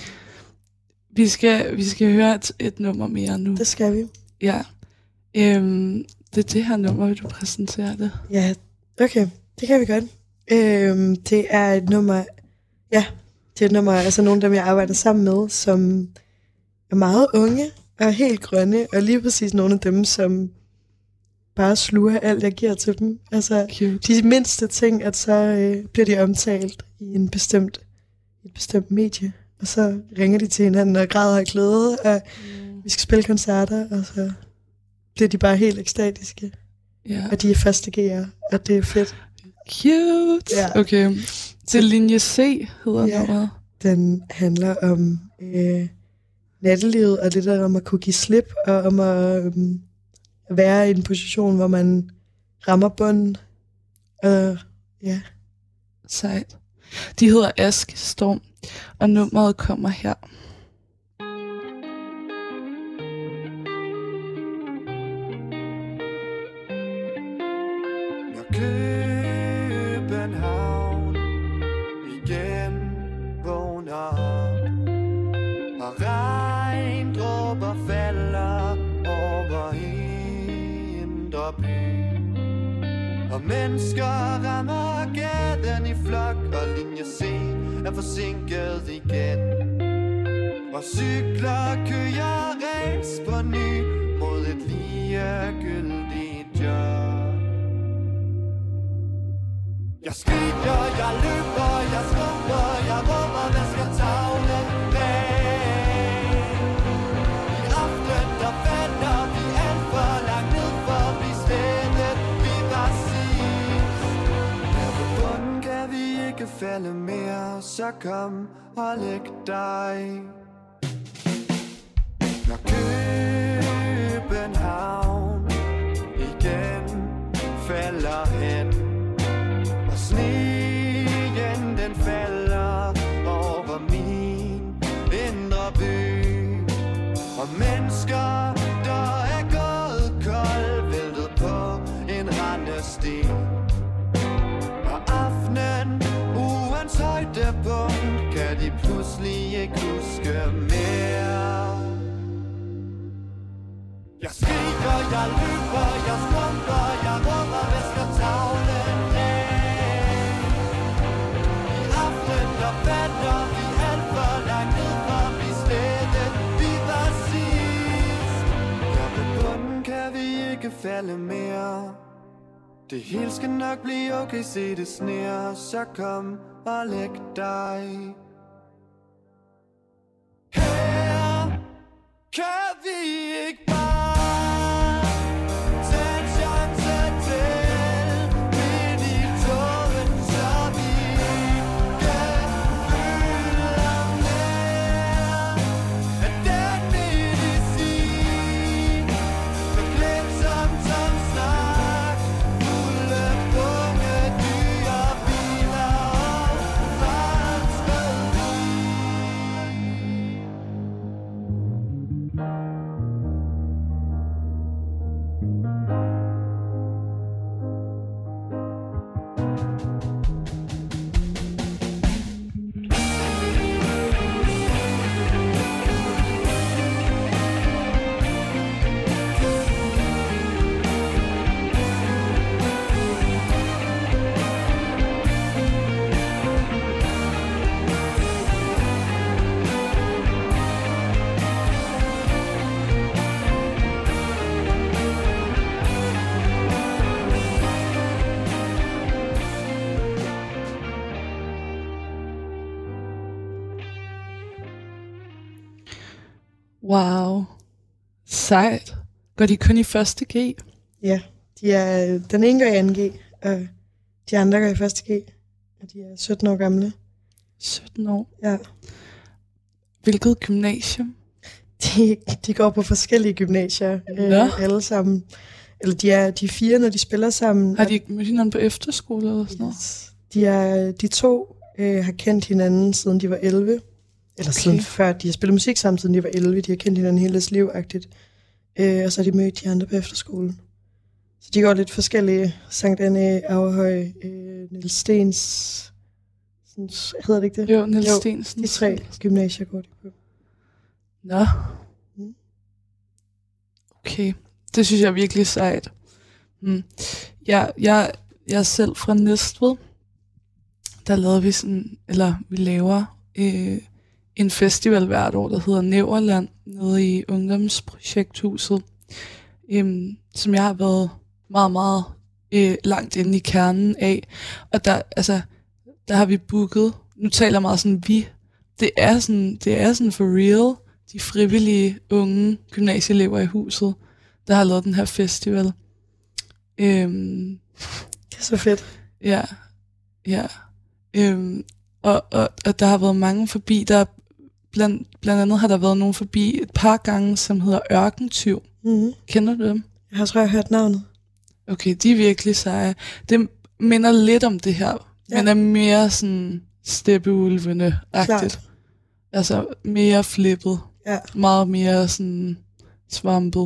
Vi skal, vi skal høre et, et nummer mere nu. Det skal vi. Ja. Øhm, det er det her nummer, vil du præsentere det? Ja, okay. Det kan vi godt. Øhm, det er et nummer... Ja, det er et nummer, altså nogle af dem, jeg arbejder sammen med, som er meget unge og helt grønne, og lige præcis nogle af dem, som bare sluger alt, jeg giver til dem. Altså, Cute. de mindste ting, at så øh, bliver de omtalt i en bestemt, et bestemt medie, og så ringer de til hinanden og græder af glæde, og vi skal spille koncerter, og så bliver de bare helt ekstatiske. Ja. Og de er første G'er, og det er fedt. Cute. Ja. Okay. Til linje C hedder Ja. nummeret. Den handler om øh, nattelivet, og det der om at kunne give slip, og om at øh, være i en position, hvor man rammer bunden. Og ja, Sejt. De hedder Askestorm, og nummeret kommer her. Når København igen vågner op, og regndråber falder over indre by, og mennesker rammer gaden i flok, og linje C er forsinket igen, og cykler kører race på ny mod et ligegyldigt job. Jeg skriger, jeg løber, jeg skubber, jeg råber, hvad skal tavlen bag? I aften, der falder vi alt for langt ned forbi stedet, vi var sidst. Her på bunden kan vi ikke falde mere, så kom og læg dig. Når København igen falder hen, og sneen den falder over min indre by, og mennesker, der er gået kold, væltet på en rendesten, og aftenen, ugens højdepunkt, kan de pludselig ikke huske mere. Jeg skriger, jeg løber, jeg skrumper, jeg råber, væsker tavlen af. I aften, der falder vi alt for langt ned forbi stedet, vi var sidst. Her på bunden kan vi ikke falde mere. Det hele skal nok blive okay, se det sner, så kom og læg dig. Her kan vi ikke bare tage en chance til midt i tågen, så vi kan føle mere af den medicin. For glemsom som snak, fulde bunge dyre biler og franskede Wow. Sejt. Går de kun i første G? Ja, de er, den ene går i anden G, og de andre går i første G. Og de er sytten år gamle. sytten år? Ja. Hvilket gymnasium? De, de går på forskellige gymnasier, Ja. øh, alle sammen. Eller de er de er fire, når de spiller sammen. Har de ikke mødt hinanden på efterskole eller sådan noget? Yes. De, er, de to øh, har kendt hinanden, siden de var elleve. Eller okay. Siden før. De har spillet musik sammen, siden de var elleve. De har kendt hinanden hele deres liv-agtigt. Øh, og så har de mødt de andre på efterskolen. Så de går lidt forskellige. Sankt Anne, Averhøj, øh, Niels Stens... Sådan, hedder det ikke det? Jo, Niels Stensen. De tre gymnasier går de på. Nå. Okay. Det synes jeg er virkelig sejt. Mm. Jeg, jeg, jeg er selv fra Næstved. Der lavede vi sådan, eller vi laver øh, en festival hvert år, der hedder Næverland, nede i Ungdomsprojekthuset, øh, som jeg har været meget, meget øh, langt inde i kernen af. Og der, altså, der har vi booket, nu taler jeg meget sådan vi, det er sådan, det er sådan for real, de frivillige unge gymnasieelever i huset, der har lavet den her festival. Øhm, det er så fedt. Ja, ja. Øhm, og, og, og der har været mange forbi, der blandt, blandt andet har der været nogen forbi et par gange, som hedder Ørkentyv. Mm-hmm. Kender du dem? Jeg har tror jeg har hørt navnet. Okay, de er virkelig seje. Det minder lidt om det her, ja. Men er mere sådan steppeulvene-agtigt. Altså mere flippet. Ja. Meget mere sådan svampet.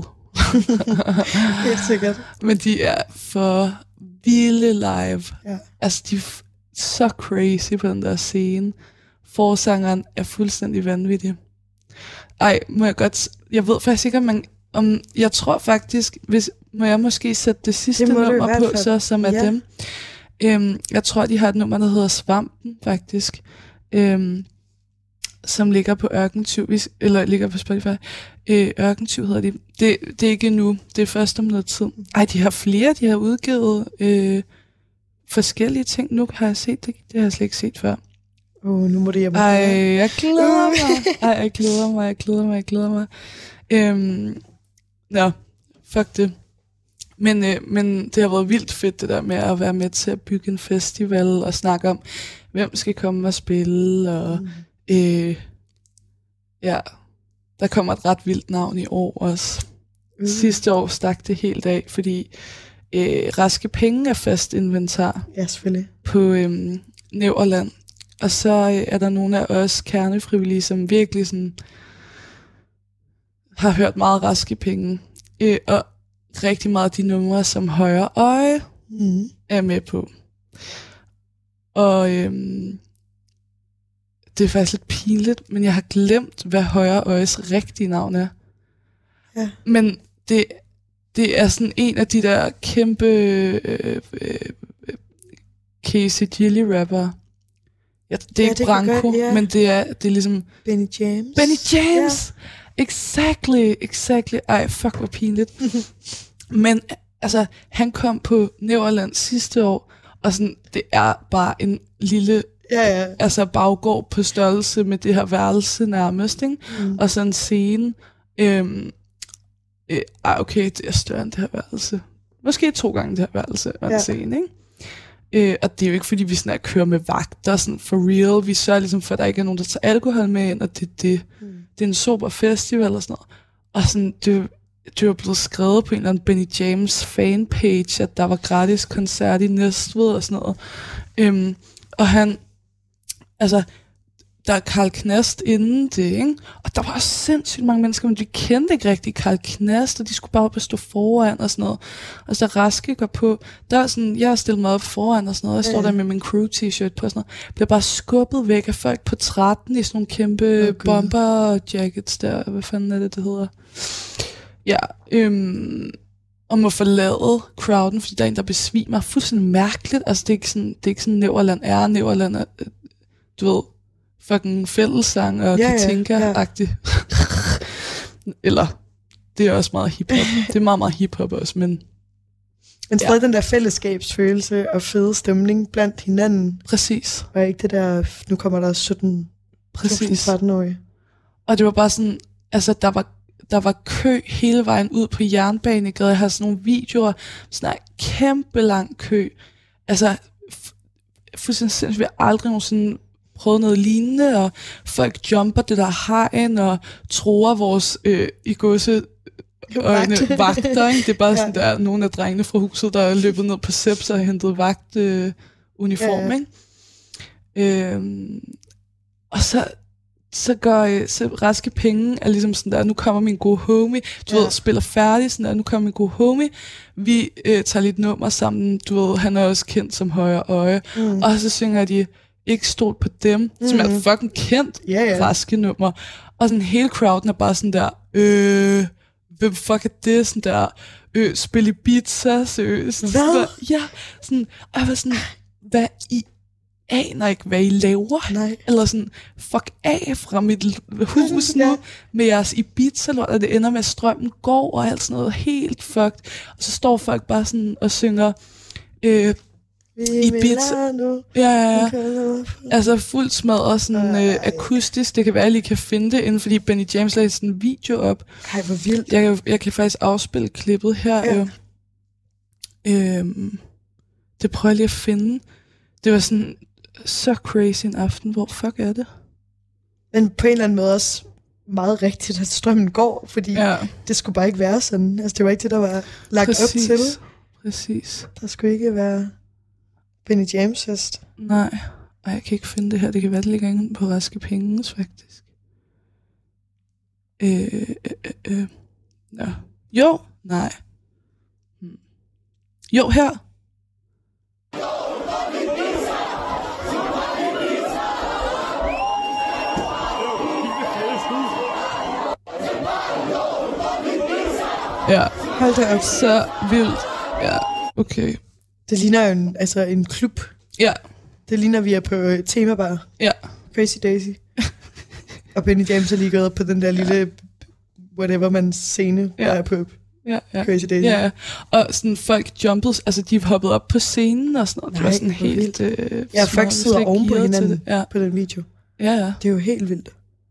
Helt sikkert. Men de er for vilde live. Ja. Altså, de er f- så crazy på den der scene. Forsangeren er fuldstændig vanvittig. Ej, må jeg godt... Jeg ved faktisk ikke, om man... Om, jeg tror faktisk, hvis må jeg måske sætte det sidste det nummer på, så, som er ja. dem. Øhm, jeg tror, de har et nummer, der hedder Svampen, faktisk. Øhm, som ligger på Ørkentyv, eller ligger på Spotify. Øh, Ørkentyv hedder de. Det, det er ikke nu, det er først om noget tid. Ej, de har flere, de har udgivet øh, forskellige ting. Nu har jeg set det, det har jeg slet ikke set før. Åh, oh, nu må det hjemme. Ej, jeg glæder mig. Ej, jeg glæder mig, jeg glæder mig, jeg glæder mig. Øhm, ja, fuck det. Men, øh, men det har været vildt fedt, det der med at være med til at bygge en festival og snakke om, hvem skal komme og spille, og mm. øh, ja, der kommer et ret vildt navn i år også. Mm. Sidste år stak det helt af, fordi øh, Raske Penge er fast inventar. Ja, selvfølgelig. På øh, Næverland. Og så øh, er der nogle af os kernefrivillige, som virkelig sådan har hørt meget Raske Penge. Øh, og rigtig meget af de numre, som Højre Øje mm. er med på. Og øhm, det er faktisk lidt pinligt, men jeg har glemt, hvad Højre Øjes rigtige navn er. Ja. Men det, det er sådan en af de der kæmpe øh, øh, Casey Gilly rapper. Ja, det er ja, ikke det Branko, godt, ja. Men det er, det er ligesom... Benny James. Benny James! Ja. Exactly, exactly. Ej, fuck, hvor pinligt. Men altså, han kom på Næverland sidste år, og sådan, det er bare en lille ja, ja. altså, baggård på størrelse med det her værelse nærmest, ikke? Mm. Og så en scene. Øhm, øh, ej, okay, det er større end det her værelse. Måske to gange det her værelse og en ja. scene, ikke? Øh, og det er jo ikke, fordi vi sådan er kører med vagter, sådan for real. Vi sørger ligesom for, at der ikke er nogen, der tager alkohol med ind, og det er det. Mm. Det er en super festival og sådan noget. Og sådan, det, det var blevet skrevet på en eller anden Benny James fanpage, at der var gratis koncert i Næstved og sådan noget. Øhm, og han, altså, der er Karl Knast inden det, ikke? Og der var også sindssygt mange mennesker, men vi kendte ikke rigtig Karl Knast, og de skulle bare op og stå foran og sådan noget. Og så Raske går på, der er sådan, jeg har stillet mig op foran og sådan noget, jeg står ja. der med min crew t-shirt på og sådan noget, bliver bare skubbet væk af folk på tretten i sådan nogle kæmpe oh, bomber jackets der, hvad fanden er det, det hedder? Ja, øhm, og må forlade crowden, fordi der er en, der besvimer. Fuldstændig mærkeligt, altså det er ikke sådan, det er ikke sådan Næverland er, Næverland er, du ved, fucking fællessang og ja, Katinka-agtigt. Ja, ja. Eller, det er også meget hiphop. Det er meget, meget hiphop også, men... Men stadig ja. den der fællesskabsfølelse og fede stemning blandt hinanden. Præcis. Og ikke det der, nu kommer der sytten tretten-årige. Og det var bare sådan, Altså, der var, der var kø hele vejen ud på Jernbanegade. Jeg har sådan nogle videoer, sådan en kæmpe lang kø. Altså, f- fuldstændig sindssygt. Vi har aldrig nogensinde prøvet noget lignende, og folk jumper det der hegn og tror vores øh, i godse øjne vagter. Ikke? Det er bare ja. sådan, der er nogle af drengene fra huset, der er løbet ned på Seps og hentet vagtuniform. Øh, uniform, ja, ja. Øhm, og så så går så Raske Penge er ligesom sådan der, nu kommer min gode homie, du ja. ved, spiller færdig, sådan der, nu kommer min gode homie, vi øh, tager lidt nummer sammen, du ved, han er også kendt som Højre Øje, mm. og så synger de Ikke stort på dem, mm. som er et fucking kendt ja, ja. Raske nummer, og sådan hele crowden er bare sådan der, øh, hvem fuck er det, sådan der, øh, spille Ibiza, seriøst. Hvad? Sådan, ja, sådan, og jeg var sådan, hvad I aner ikke, hvad I laver. Nej. Eller sådan, fuck af fra mit hus nu, ja. med jeres Ibiza-lort, og det ender med, at strømmen går, og alt sådan noget helt fucked. Og så står folk bare sådan og synger, øh, Ibiza. Ja, ja, ja. Altså fuldt smadret sådan øh, akustisk. Det kan være, at I lige kan finde det inden, fordi Benny James lagde sådan en video op. Ej, hvor vildt. Jeg kan, jeg kan faktisk afspille klippet her. Ja. Jo. Øhm, det prøver jeg lige at finde. Det var sådan så crazy en aften. Hvor fuck er det? Men på en eller anden måde også meget rigtigt, at strømmen går, fordi ja. det skulle bare ikke være sådan. Altså, det var ikke det, der var lagt Præcis. op til. Præcis. Der skulle ikke være Benny James fest. Nej, og jeg kan ikke finde det her. Det kan være, det ligger inde på Raske Penges, faktisk. Øh, øh, øh, øh. Ja. Jo, nej. Hmm. Jo, her. Ja. Hold da op. Så vildt. Ja, okay. Det ligner jo en, altså en klub. Ja. Det ligner, vi er på temabar. Ja. Crazy Daisy. Og Benny James er lige gået på den der lille, ja. whatever man scene, ja. der er på ja, ja. Crazy Daisy. Ja, og sådan folk jumpede, altså de hoppede op på scenen og sådan noget. Nej, det var sådan helt... Øh, ja, folk sidder oven på hinanden ja. på den video. Ja, ja. Det er jo helt vildt.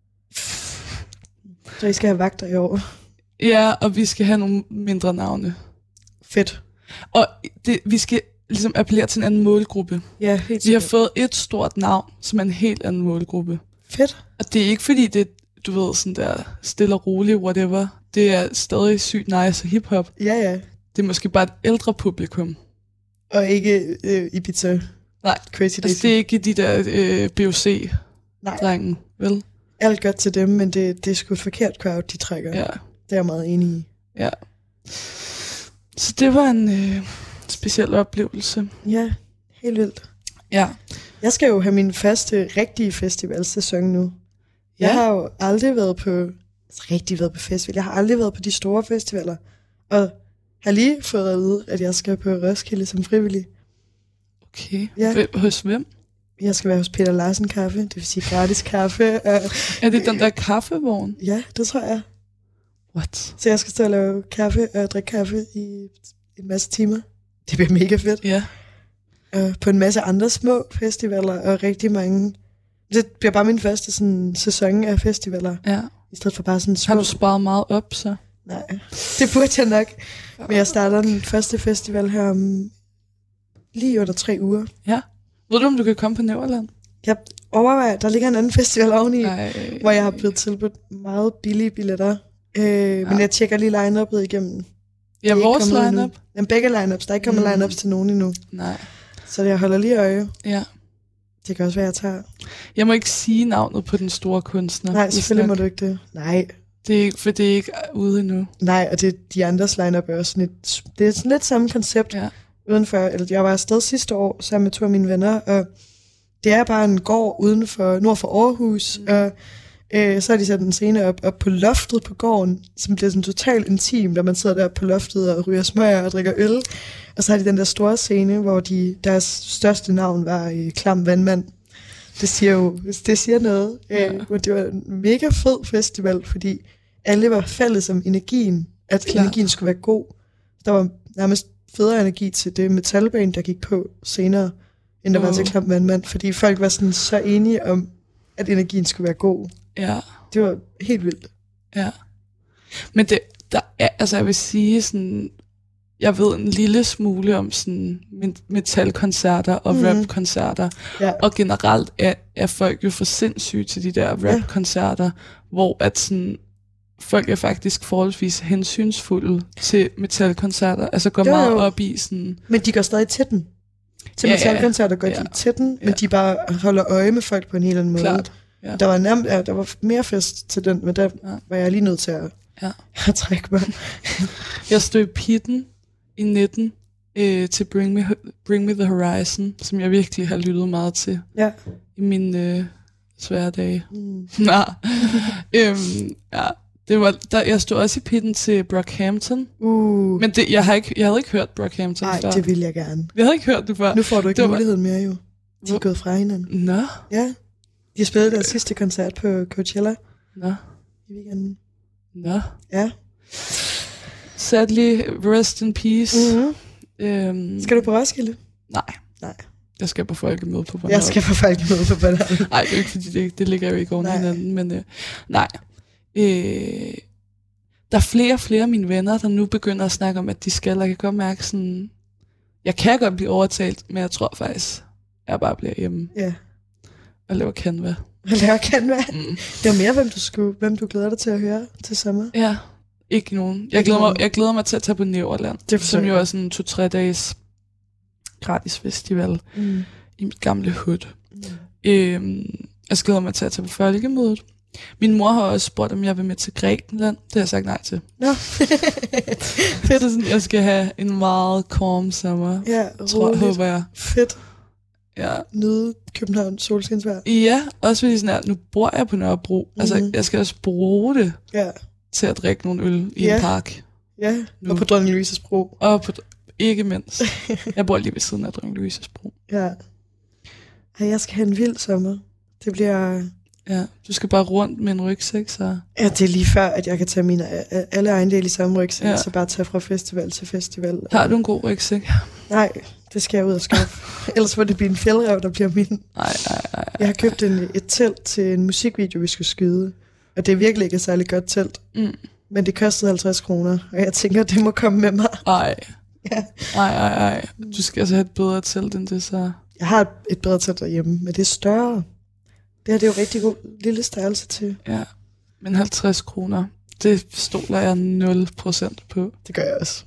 Så I skal have vagter i år. Ja, og vi skal have nogle mindre navne. Fedt. Og det, vi skal ligesom appellere til en anden målgruppe. Ja, helt Vi har fået et stort navn, som er en helt anden målgruppe. Fedt. Og det er ikke fordi, det du ved, sådan der stille og roligt, whatever. Det er stadig sygt nice og hiphop. Ja, ja. Det er måske bare et ældre publikum. Og ikke øh, Ibiza. Nej, Crazy Daisy. altså det er ikke de der øh, B O C-drengen, vel? Alt godt til dem, men det, det er sgu et forkert crowd, de trækker. Ja. Det er jeg meget enig i. Ja. Så det var en øh, speciel oplevelse. Ja, helt vildt. Ja. Jeg skal jo have min første rigtige festivalsæson nu. Jeg Ja. har jo aldrig været på rigtig været på festival. Jeg har aldrig været på de store festivaler. Og har lige fået at vide, at jeg skal på Roskilde som frivillig. Okay. Ja. Hvem, hos hvem? Jeg skal være hos Peter Larsen Kaffe, det vil sige gratis kaffe. Og, Er det den der kaffevogn? ja, det tror jeg. What? Så jeg skal stå og lave kaffe og drikke kaffe i en masse timer. Det bliver mega fedt. Ja. Og på en masse andre små festivaler og rigtig mange. Det bliver bare min første sådan, sæson af festivaler. Ja. I stedet for bare sådan små. Har du sparet meget op, så? Nej, det burde jeg nok. Men jeg starter den første festival her om lige under tre uger. Ja. Ved du, om du kan komme på Neverland? Jeg overvejer, der ligger en anden festival oveni, Ej. hvor jeg har blevet tilbudt meget billige billetter. Øh, ja. Men jeg tjekker lige line-up'et igennem. Ja, vores line-up. Jamen, begge line-ups. Der er ikke kommet Mm. line-ups til nogen endnu. Nej. Så jeg holder lige øje. Ja. Det kan også være, jeg tager. Jeg må ikke sige navnet på den store kunstner. Nej, selvfølgelig må du ikke det. Nej. Det er ikke, for det er ikke ude endnu. Nej, og det, de andres line-up er også sådan et, det er sådan lidt samme koncept. Ja. Udenfor, eller jeg var afsted sidste år sammen med to af mine venner, og det er bare en gård uden for, nord for Aarhus, mm. og øh, så har de sat en scene op, op på loftet på gården, som bliver sådan totalt intim, da man sidder der på loftet og ryger smøger og drikker øl. Og så har de den der store scene, hvor de, deres største navn var øh, Klam Vandmand. Det siger jo det siger noget. Ja. Øh, og det var en mega fed festival, fordi alle var fælles om energien, at Klart. energien skulle være god. Der var nærmest federe energi til det metalband, der gik på senere, end der Oh. var til Klam Vandmand, fordi folk var sådan så enige om, at energien skulle være god. Ja. Det var helt vildt. Ja. Men det, der er, altså jeg vil sige sådan, jeg ved en lille smule om sådan metalkoncerter og mm. rapkoncerter. Ja. Og generelt er, er folk jo for sindssyge til de der rapkoncerter, ja. Hvor at sådan, folk er faktisk forholdsvis hensynsfulde til metalkoncerter. Altså går meget jo. op i sådan... Men de går stadig til den. Til ja, metalkoncerter går ja. de til den, men ja. de bare holder øje med folk på en helt anden måde. Klart. Ja. Der var nærmest, ja, der var mere fest til den, men der ja. var jeg lige nødt til at, ja. at trække mig. Jeg stod i pitten i nitten øh, til Bring Me, Bring Me The Horizon, som jeg virkelig har lyttet meget til ja. i mine øh, svære dage. Mm. Nå. øhm, ja. Det var, der, jeg stod også i pitten til Brockhampton. Uh. Men det, jeg, har ikke, jeg havde ikke hørt Brockhampton før. Nej, det vil jeg gerne. Jeg havde ikke hørt det før. Nu får du ikke det muligheden var... mere jo. De er gået fra hinanden. Nå. Ja. De spillede deres sidste koncert på Coachella. Nå. I weekenden. Nå. Ja. Sadly, rest in peace. Mm-hmm. Øhm... Skal du på Roskilde? Nej. Nej. Jeg skal på Folkemøde på Bornholm. Jeg skal på Folkemøde på Bornholm. Nej, det er ikke fordi, det, det ligger jo ikke oven hinanden. Men øh, nej. Øh, der er flere og flere af mine venner, der nu begynder at snakke om, at de skal. Jeg kan godt mærke sådan... Jeg kan godt blive overtalt, men jeg tror faktisk, jeg bare bliver hjemme. Ja. Og laver Canva. Og laver Canva? Mm. Det var mere, hvem du, skulle, hvem du glæder dig til at høre til sommer. Ja, ikke nogen. Jeg glæder mig, jeg glæder mig til at tage på Neverland, det som jo er sådan en to-tre dages gratis festival mm. i mit gamle hood. Mm. Øhm, jeg glæder mig til at tage på Folkemødet. Min mor har også spurgt, om jeg vil med til Grækenland. Det har jeg sagt nej til. Nå. Fedt. Det er sådan, jeg skal have en meget calm sommer. Ja, tror, håber jeg. Fedt. Ja. Nyde København solskinsvejr. Ja, også fordi sådan her, nu bor jeg på Nørrebro. Mm-hmm. Altså, jeg skal også bruge det ja. til at drikke nogle øl i ja. en park. Ja, nu. Og på Dronning Louises Bro. Og på, ikke mindst. Jeg bor lige ved siden af Dronning Louises Bro. Ja. Ja, jeg skal have en vild sommer. Det bliver... Ja, du skal bare rundt med en rygsæk, så... Ja, det er lige før, at jeg kan tage mine alle ejendele i samme rygsæk, ja. så bare tage fra festival til festival. Har du en god rygsæk? Nej, det skal jeg ud og skaffe. Ellers må det blive en fjeldrev, der bliver min. Nej, nej, nej. Jeg har købt en, et telt til en musikvideo, vi skulle skyde. Og det er virkelig ikke et særligt godt telt. Mm. Men det kostede halvtreds kroner, og jeg tænker, det må komme med mig. Ej. Ja. Ej, ej, ej. Du skal altså have et bedre telt end det, så... Jeg har et, et bedre telt derhjemme, men det er større. Det her det er jo rigtig god lille størrelse til. Ja, men halvtreds kroner, det stoler jeg nul procent på. Det gør jeg også.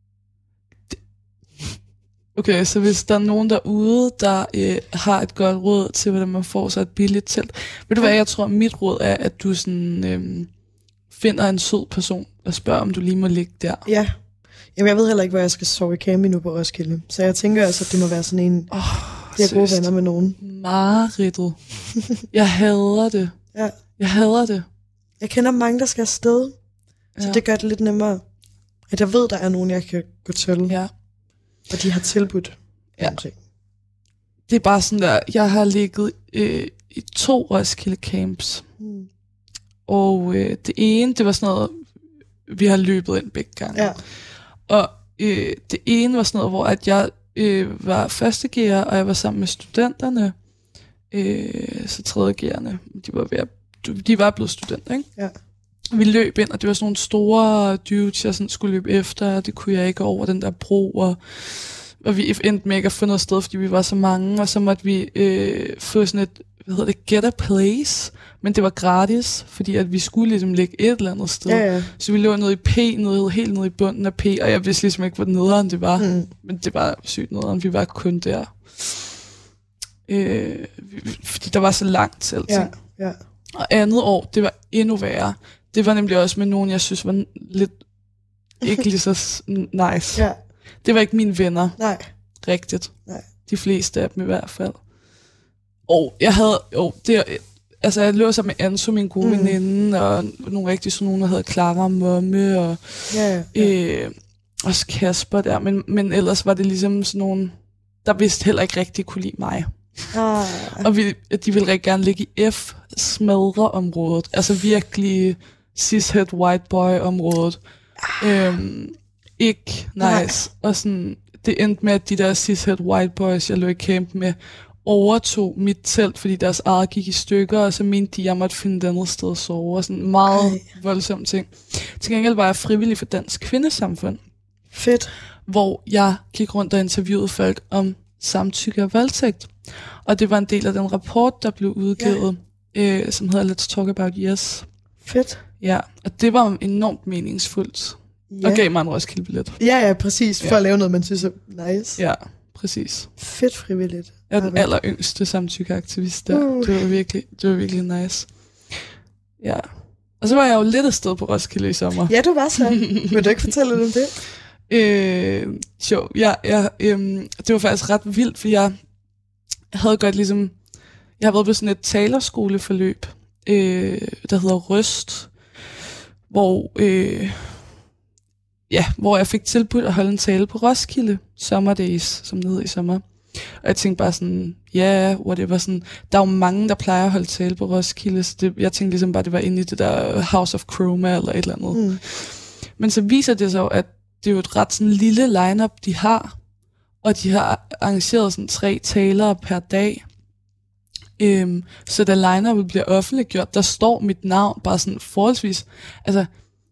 Okay, så hvis der er nogen derude, der øh, har et godt råd til, hvordan man får sig et billigt telt. Ved du hvad, jeg tror, mit råd er, at du sådan, øh, finder en sød person og spørger, om du lige må ligge der. Ja. Jamen, jeg ved heller ikke, hvor jeg skal sove i camp nu på Roskilde. Så jeg tænker altså, at det må være sådan en... Oh, de er gode venner med nogen. Mareridtet. Jeg hader det. Ja. Jeg hader det. Jeg kender mange, der skal afsted. Så ja. det gør det lidt nemmere. At jeg ved, der er nogen, jeg kan gå til. Ja. Og de har tilbudt. Ja. Det er bare sådan der, jeg har ligget øh, i to Roskilde camps. Hmm. Og øh, det ene, det var sådan noget, vi har løbet ind begge gange. Ja. Og øh, det ene var sådan noget, hvor at jeg øh, var første gear, og jeg var sammen med studenterne. Øh, så tredje gearne, de var ved at, de var blevet studenter, ikke? Ja. Vi løb ind, og det var sådan nogle store dudes, jeg sådan skulle løbe efter, og det kunne jeg ikke over den der bro, og, og vi endte med ikke at få noget sted, fordi vi var så mange, og så måtte vi øh, få sådan et, hvad hedder det, get a place, men det var gratis, fordi at vi skulle ligesom ligge et eller andet sted. Ja, ja. Så vi lå nede i P, nede, helt nede i bunden af P, og jeg vidste ligesom ikke, hvor nederen det var, mm. men det var sygt nederen, vi var kun der. Øh, fordi der var så langt til alting. Ja, ja. Og andet år, det var endnu værre. Det var nemlig også med nogen, jeg synes var lidt ikke lige så nice. Ja. Det var ikke mine venner. Nej. Rigtigt. Nej. De fleste af dem i hvert fald. Og jeg havde, jo, det, altså jeg lå sammen med Anso, min gode mm. veninde, og nogle rigtig sådan nogle, der hedder Clara og Momme, og ja, ja. Øh, også Kasper der, men, men ellers var det ligesom sådan nogle, der vidste heller ikke rigtig kunne lide mig. Ah. Og vi, de ville rigtig gerne ligge i F, smadre-området, altså virkelig cishet white boy-området. Ah. Øhm, ikke nice. Nej. Og sådan, det endte med, at de der cishet white boys, jeg lå i camp med, overtog mit telt, fordi deres eget gik i stykker, og så mente de, at jeg måtte finde et andet sted at sove, og sådan en meget Ej. voldsom ting. Til gengæld var jeg frivillig for Dansk Kvindesamfund. Fedt. Hvor jeg gik rundt og interviewede folk om samtykke og voldtægt. Og det var en del af den rapport, der blev udgivet, ja. øh, som hedder Let's Talk About Yes. Fedt. Ja, og det var enormt meningsfuldt. Ja. Og gav mig en Roskilde-billet. Ja, ja, præcis. For ja. at lave noget, man synes er nice. Ja, præcis. Fedt frivilligt. Jeg er den aller yngste samtykkeaktivist der. Uh. Det var virkelig, det var virkelig nice. Ja. Og så var jeg jo lidt afsted på Roskilde i sommer. Ja, du var så. Vil du ikke fortælle lidt om det? Øh, jo, ja, ja, øhm, det var faktisk ret vildt, for jeg havde godt ligesom, jeg har været på sådan et talerskoleforløb, øh, der hedder Røst, hvor, øh, ja, hvor jeg fik tilbudt at holde en tale på Roskilde, Summer Days, som det hedder i sommer. Og jeg tænkte bare sådan, ja, yeah, whatever, sådan, der er jo mange, der plejer at holde tale på Roskilde, så det, jeg tænkte ligesom bare, det var inde i det der House of Chroma eller et eller andet. Mm. Men så viser det sig jo, at det er jo et ret sådan lille line-up, de har, og de har arrangeret sådan tre talere per dag. Øhm, så da line-upet bliver offentliggjort, der står mit navn bare sådan forholdsvis, altså,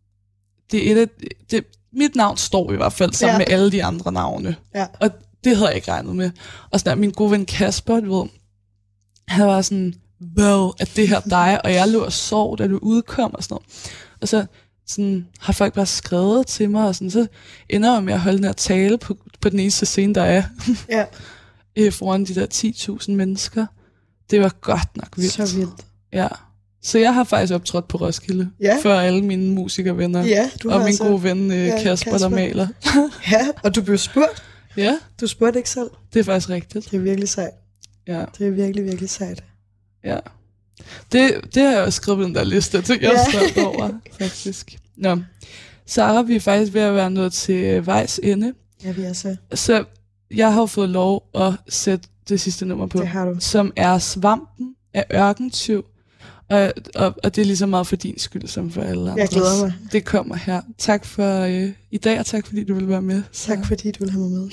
det er et af, det, mit navn står i hvert fald sammen ja. med alle de andre navne. Ja. Og det havde jeg ikke regnet med. Og sådan der, min gode ven Kasper, du ved, han var sådan, wow, at det her dig, og jeg lå og sov, da du udkom og sådan noget. Og så sådan, har folk bare skrevet til mig, og sådan, så ender jeg med at holde den her tale på, på den eneste scene, der er. Ja. øh, foran de der ti tusind mennesker. Det var godt nok vildt. Så vildt. Ja. Så jeg har faktisk optrådt på Roskilde, ja. for alle mine musikervenner, ja, du og min altså, gode ven øh, ja, Kasper, Kasper, der maler. Ja, og du blev spurgt. Ja. Du spurgte ikke selv. Det er faktisk rigtigt. Det er virkelig sejt. Ja. Det er virkelig, virkelig sejt. Ja. Det, det har jeg også skrevet på den der liste, det jeg er stolt over, faktisk. Nå. Sara, vi er faktisk ved at være nået til vejs ende. Ja, vi er så. Så jeg har fået lov at sætte det sidste nummer på, det har du. Som er Svampen af Ørkentyv. Og, og, og det er lige så meget for din skyld, som for alle andre. Jeg glæder mig. Det kommer her. Tak for øh, i dag, og tak fordi du vil være med. Tak fordi du vil have mig med.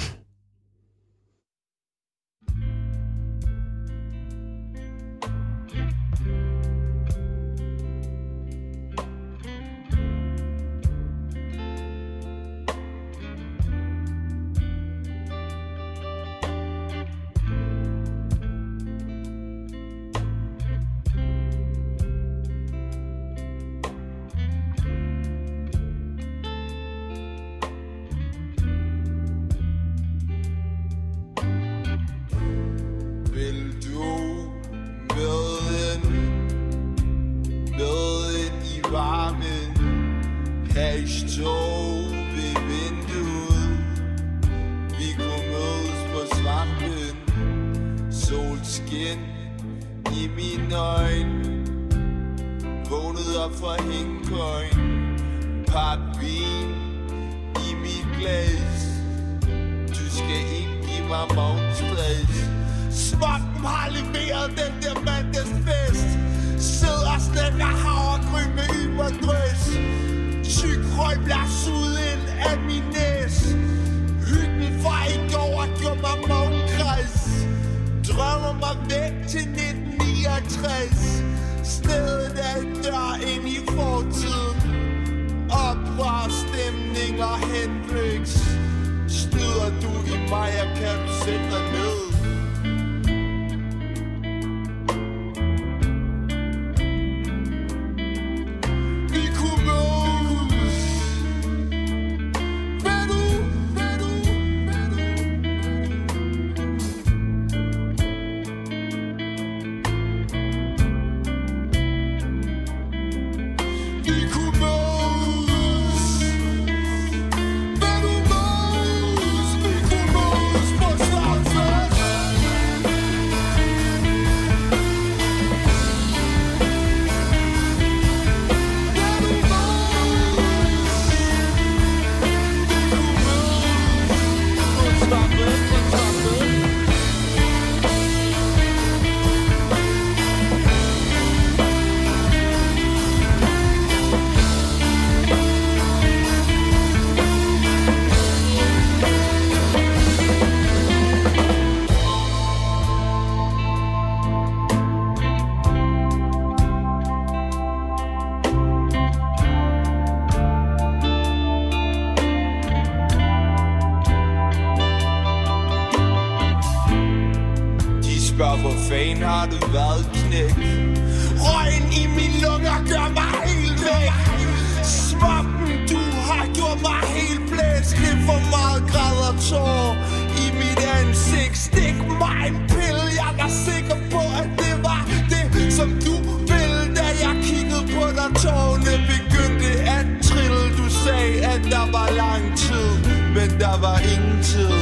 fanden har du været knæk? Røgen i mine lunger gør mig helt væk. Smokken, du har gjort mig helt blæst. Det er for meget græd og tår i mit ansigt. Stik mig en pille, jeg var sikker på, at det var det, som du ville. Da jeg kiggede på dig, tårne begyndte at trille. Du sagde, at der var lang tid, men der var ingen tid.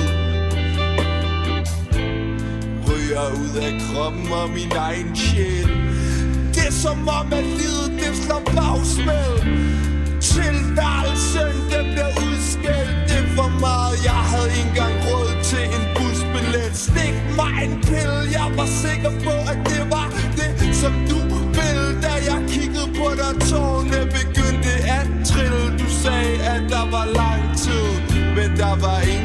Ryger ud af kroppen og min egen sjæl. Det er som om, at livet det slår bagsmæld. Tilværelsen, den bliver udskældt. Det er for meget, jeg havde ikke engang råd til en busbillet. Stik mig en pille, jeg var sikker på, at det var det, som du ville. Da jeg kiggede på dig, tårne begyndte at trille. Du sagde, at der var lang tid, men der var ingen